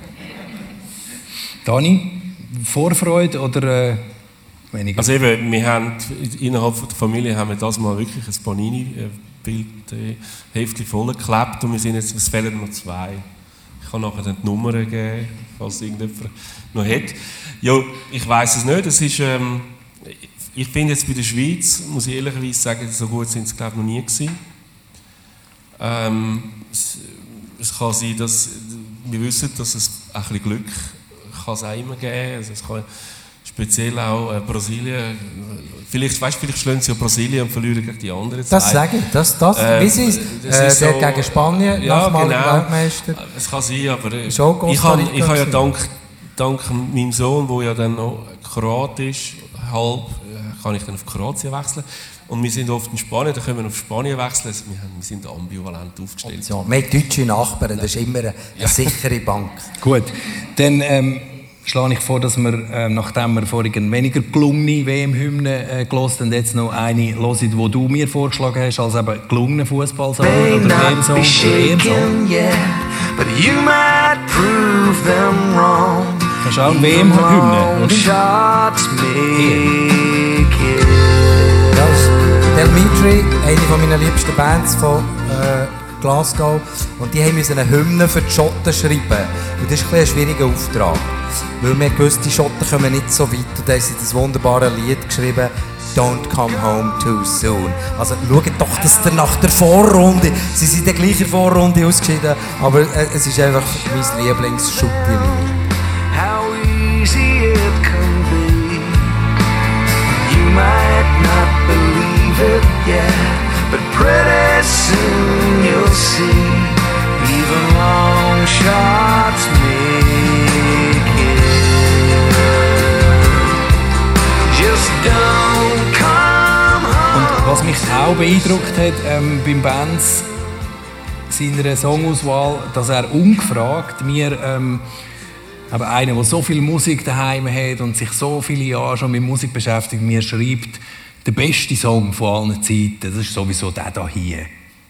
Dani, Vorfreude oder... Äh Weniger. Also eben, wir haben, innerhalb der Familie haben wir das mal wirklich ein Panini-Bild-Heftchen vollgeklebt und wir sind jetzt, es fehlen noch zwei. Ich kann nachher dann die Nummern geben, falls irgendjemand noch hat. Ja, ich weiss es nicht, es ist, ähm, ich finde jetzt bei der Schweiz, muss ich ehrlicherweise sagen, so gut sind sie glaube ich noch nie gewesen. Ähm, es, es kann sein, dass, wir wissen, dass es ein bisschen Glück kann es auch immer geben, also es kann, speziell auch äh, Brasilien. Vielleicht, weißt, vielleicht schlagen sie ja Brasilien und verlieren gegen die anderen zwei. Das sage ich. Das, das, äh, wie sie es äh, so, gegen Spanien, ja, nachmaliger genau. Weltmeister. Es kann sein, aber äh, ich habe ich ha ja dank, dank meinem Sohn, der ja dann noch Kroat ist, halb, äh, kann ich dann auf Kroatien wechseln. Und wir sind oft in Spanien, dann können wir auf Spanien wechseln. Also wir, haben, wir sind ambivalent aufgestellt. Ja, wir haben deutsche Nachbarn, das ist immer eine, eine ja. sichere Bank. Gut, dann... Ähm schlage ich vor, dass wir, äh, nachdem wir vorhin eine weniger gelungene W M-Hymne äh, gehört haben, jetzt noch eine hören, die du mir vorgeschlagen hast, als eben gelungenen Fußballsong oder W M-Song. Das ist auch eine W M-Hymne, oder? Das ist Delmitri, eine meiner liebsten Bands von äh, Glasgow. Und die mussten eine Hymne für die Schotten schreiben. Und das ist ein, ein schwieriger Auftrag. Weil wir gewusst, die Schotten kommen nicht so weit. Und da haben sie das wunderbare Lied geschrieben, Don't Come Home Too Soon. Also schaut doch, dass ihr nach der Vorrunde, sie sind in der gleichen Vorrunde ausgeschieden, aber äh, es ist einfach mein Lieblings-Schutti-Lied. How easy it can be. You might not believe it yet, but pretty soon you'll see. Even long shots make it. Just don't come home. Und was mich auch beeindruckt hat ähm, beim Benz seiner Songauswahl, dass er ungefragt mir ähm, aber einer, der so viel Musik daheim hat und sich so viele Jahre schon mit Musik beschäftigt, mir schreibt, der beste Song von allen Zeiten, das ist sowieso der da hier.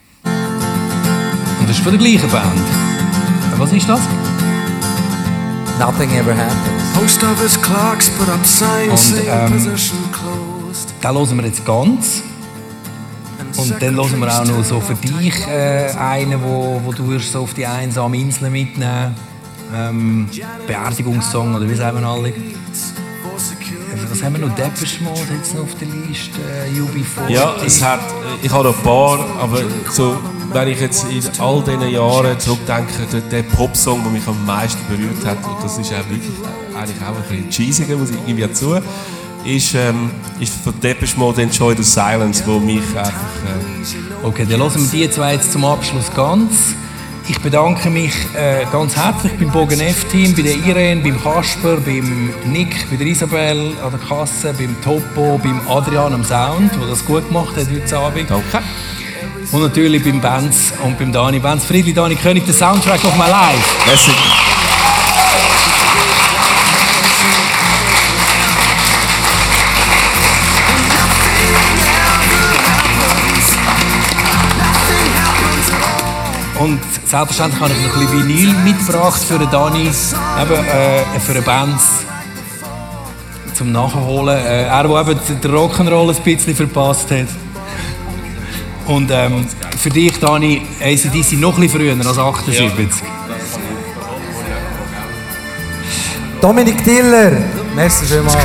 Und das ist von der gleichen Band. Was ist das? Nothing Ever Happens. Post office clocks put up signs saying position closed. Den hören wir jetzt ganz. Und dann hören wir auch noch so für dich äh, einen, wo, wo du so auf die einsame Insel mitnehmen. Ähm, Beerdigungssong oder wie sagen wir alle. Was haben wir noch? Depeche Mode jetzt noch auf der Liste, äh, U B vierzig. Ja, es hat, ich habe noch ein paar, aber so, wenn ich jetzt in all diesen Jahren zurückdenke, der, der Popsong, der mich am meisten berührt hat, und das ist auch wirklich eigentlich auch ein bisschen cheesy, muss ich gebe ja zu, ist, ähm, ist von Depeche Mode Enjoy the Silence, wo mich einfach... Äh okay, dann hören wir die zwei jetzt zum Abschluss ganz. Ich bedanke mich äh, ganz herzlich beim Bogen F-Team, bei der Irene, beim Kasper, beim Nick, bei der Isabel an der Kasse, beim Topo, beim Adrian am Sound, der das gut gemacht hat heute Abend. Danke. Und natürlich beim Benz und beim Dani. Benz Friedli, Dani König, der Soundtrack of my life. Merci. Und selbstverständlich habe ich noch ein bisschen Vinyl mitgebracht für den Dani, eben, äh, für den Benz. zum Nachholen. Äh, er, der eben den Rock'n'Roll ein bisschen verpasst hat. Und ähm, für dich, Dani, A C D C noch ein bisschen früher als achtundsiebzig. Ja. Dominik Tiller, merci vielmals.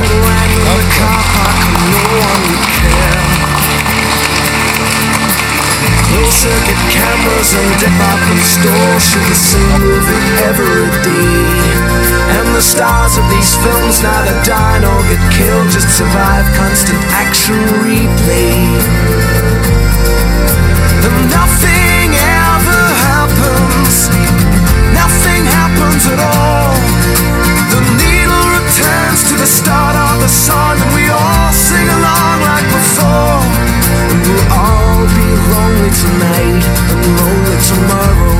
Closed circuit cameras and department stores shoot the same movie every day. And the stars of these films neither die nor get killed, just survive constant action replay. And nothing ever happens, nothing happens at all. The needle returns to the start of the song, and we all sing along like before. And we'll all be lonely tonight and lonely tomorrow.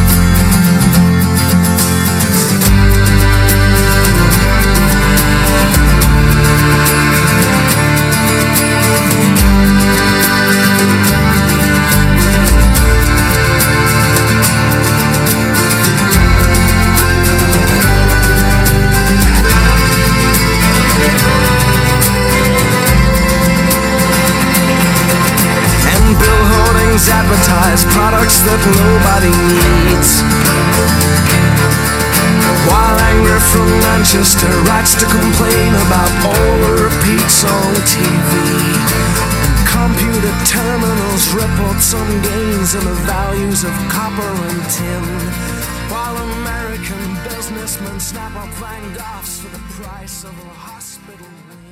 Advertise products that nobody needs, while anger from Manchester writes to complain about all the repeats on T V. And computer terminals report some gains in the values of copper and tin, while American businessmen snap up Van Goghs for the price of a hospital win.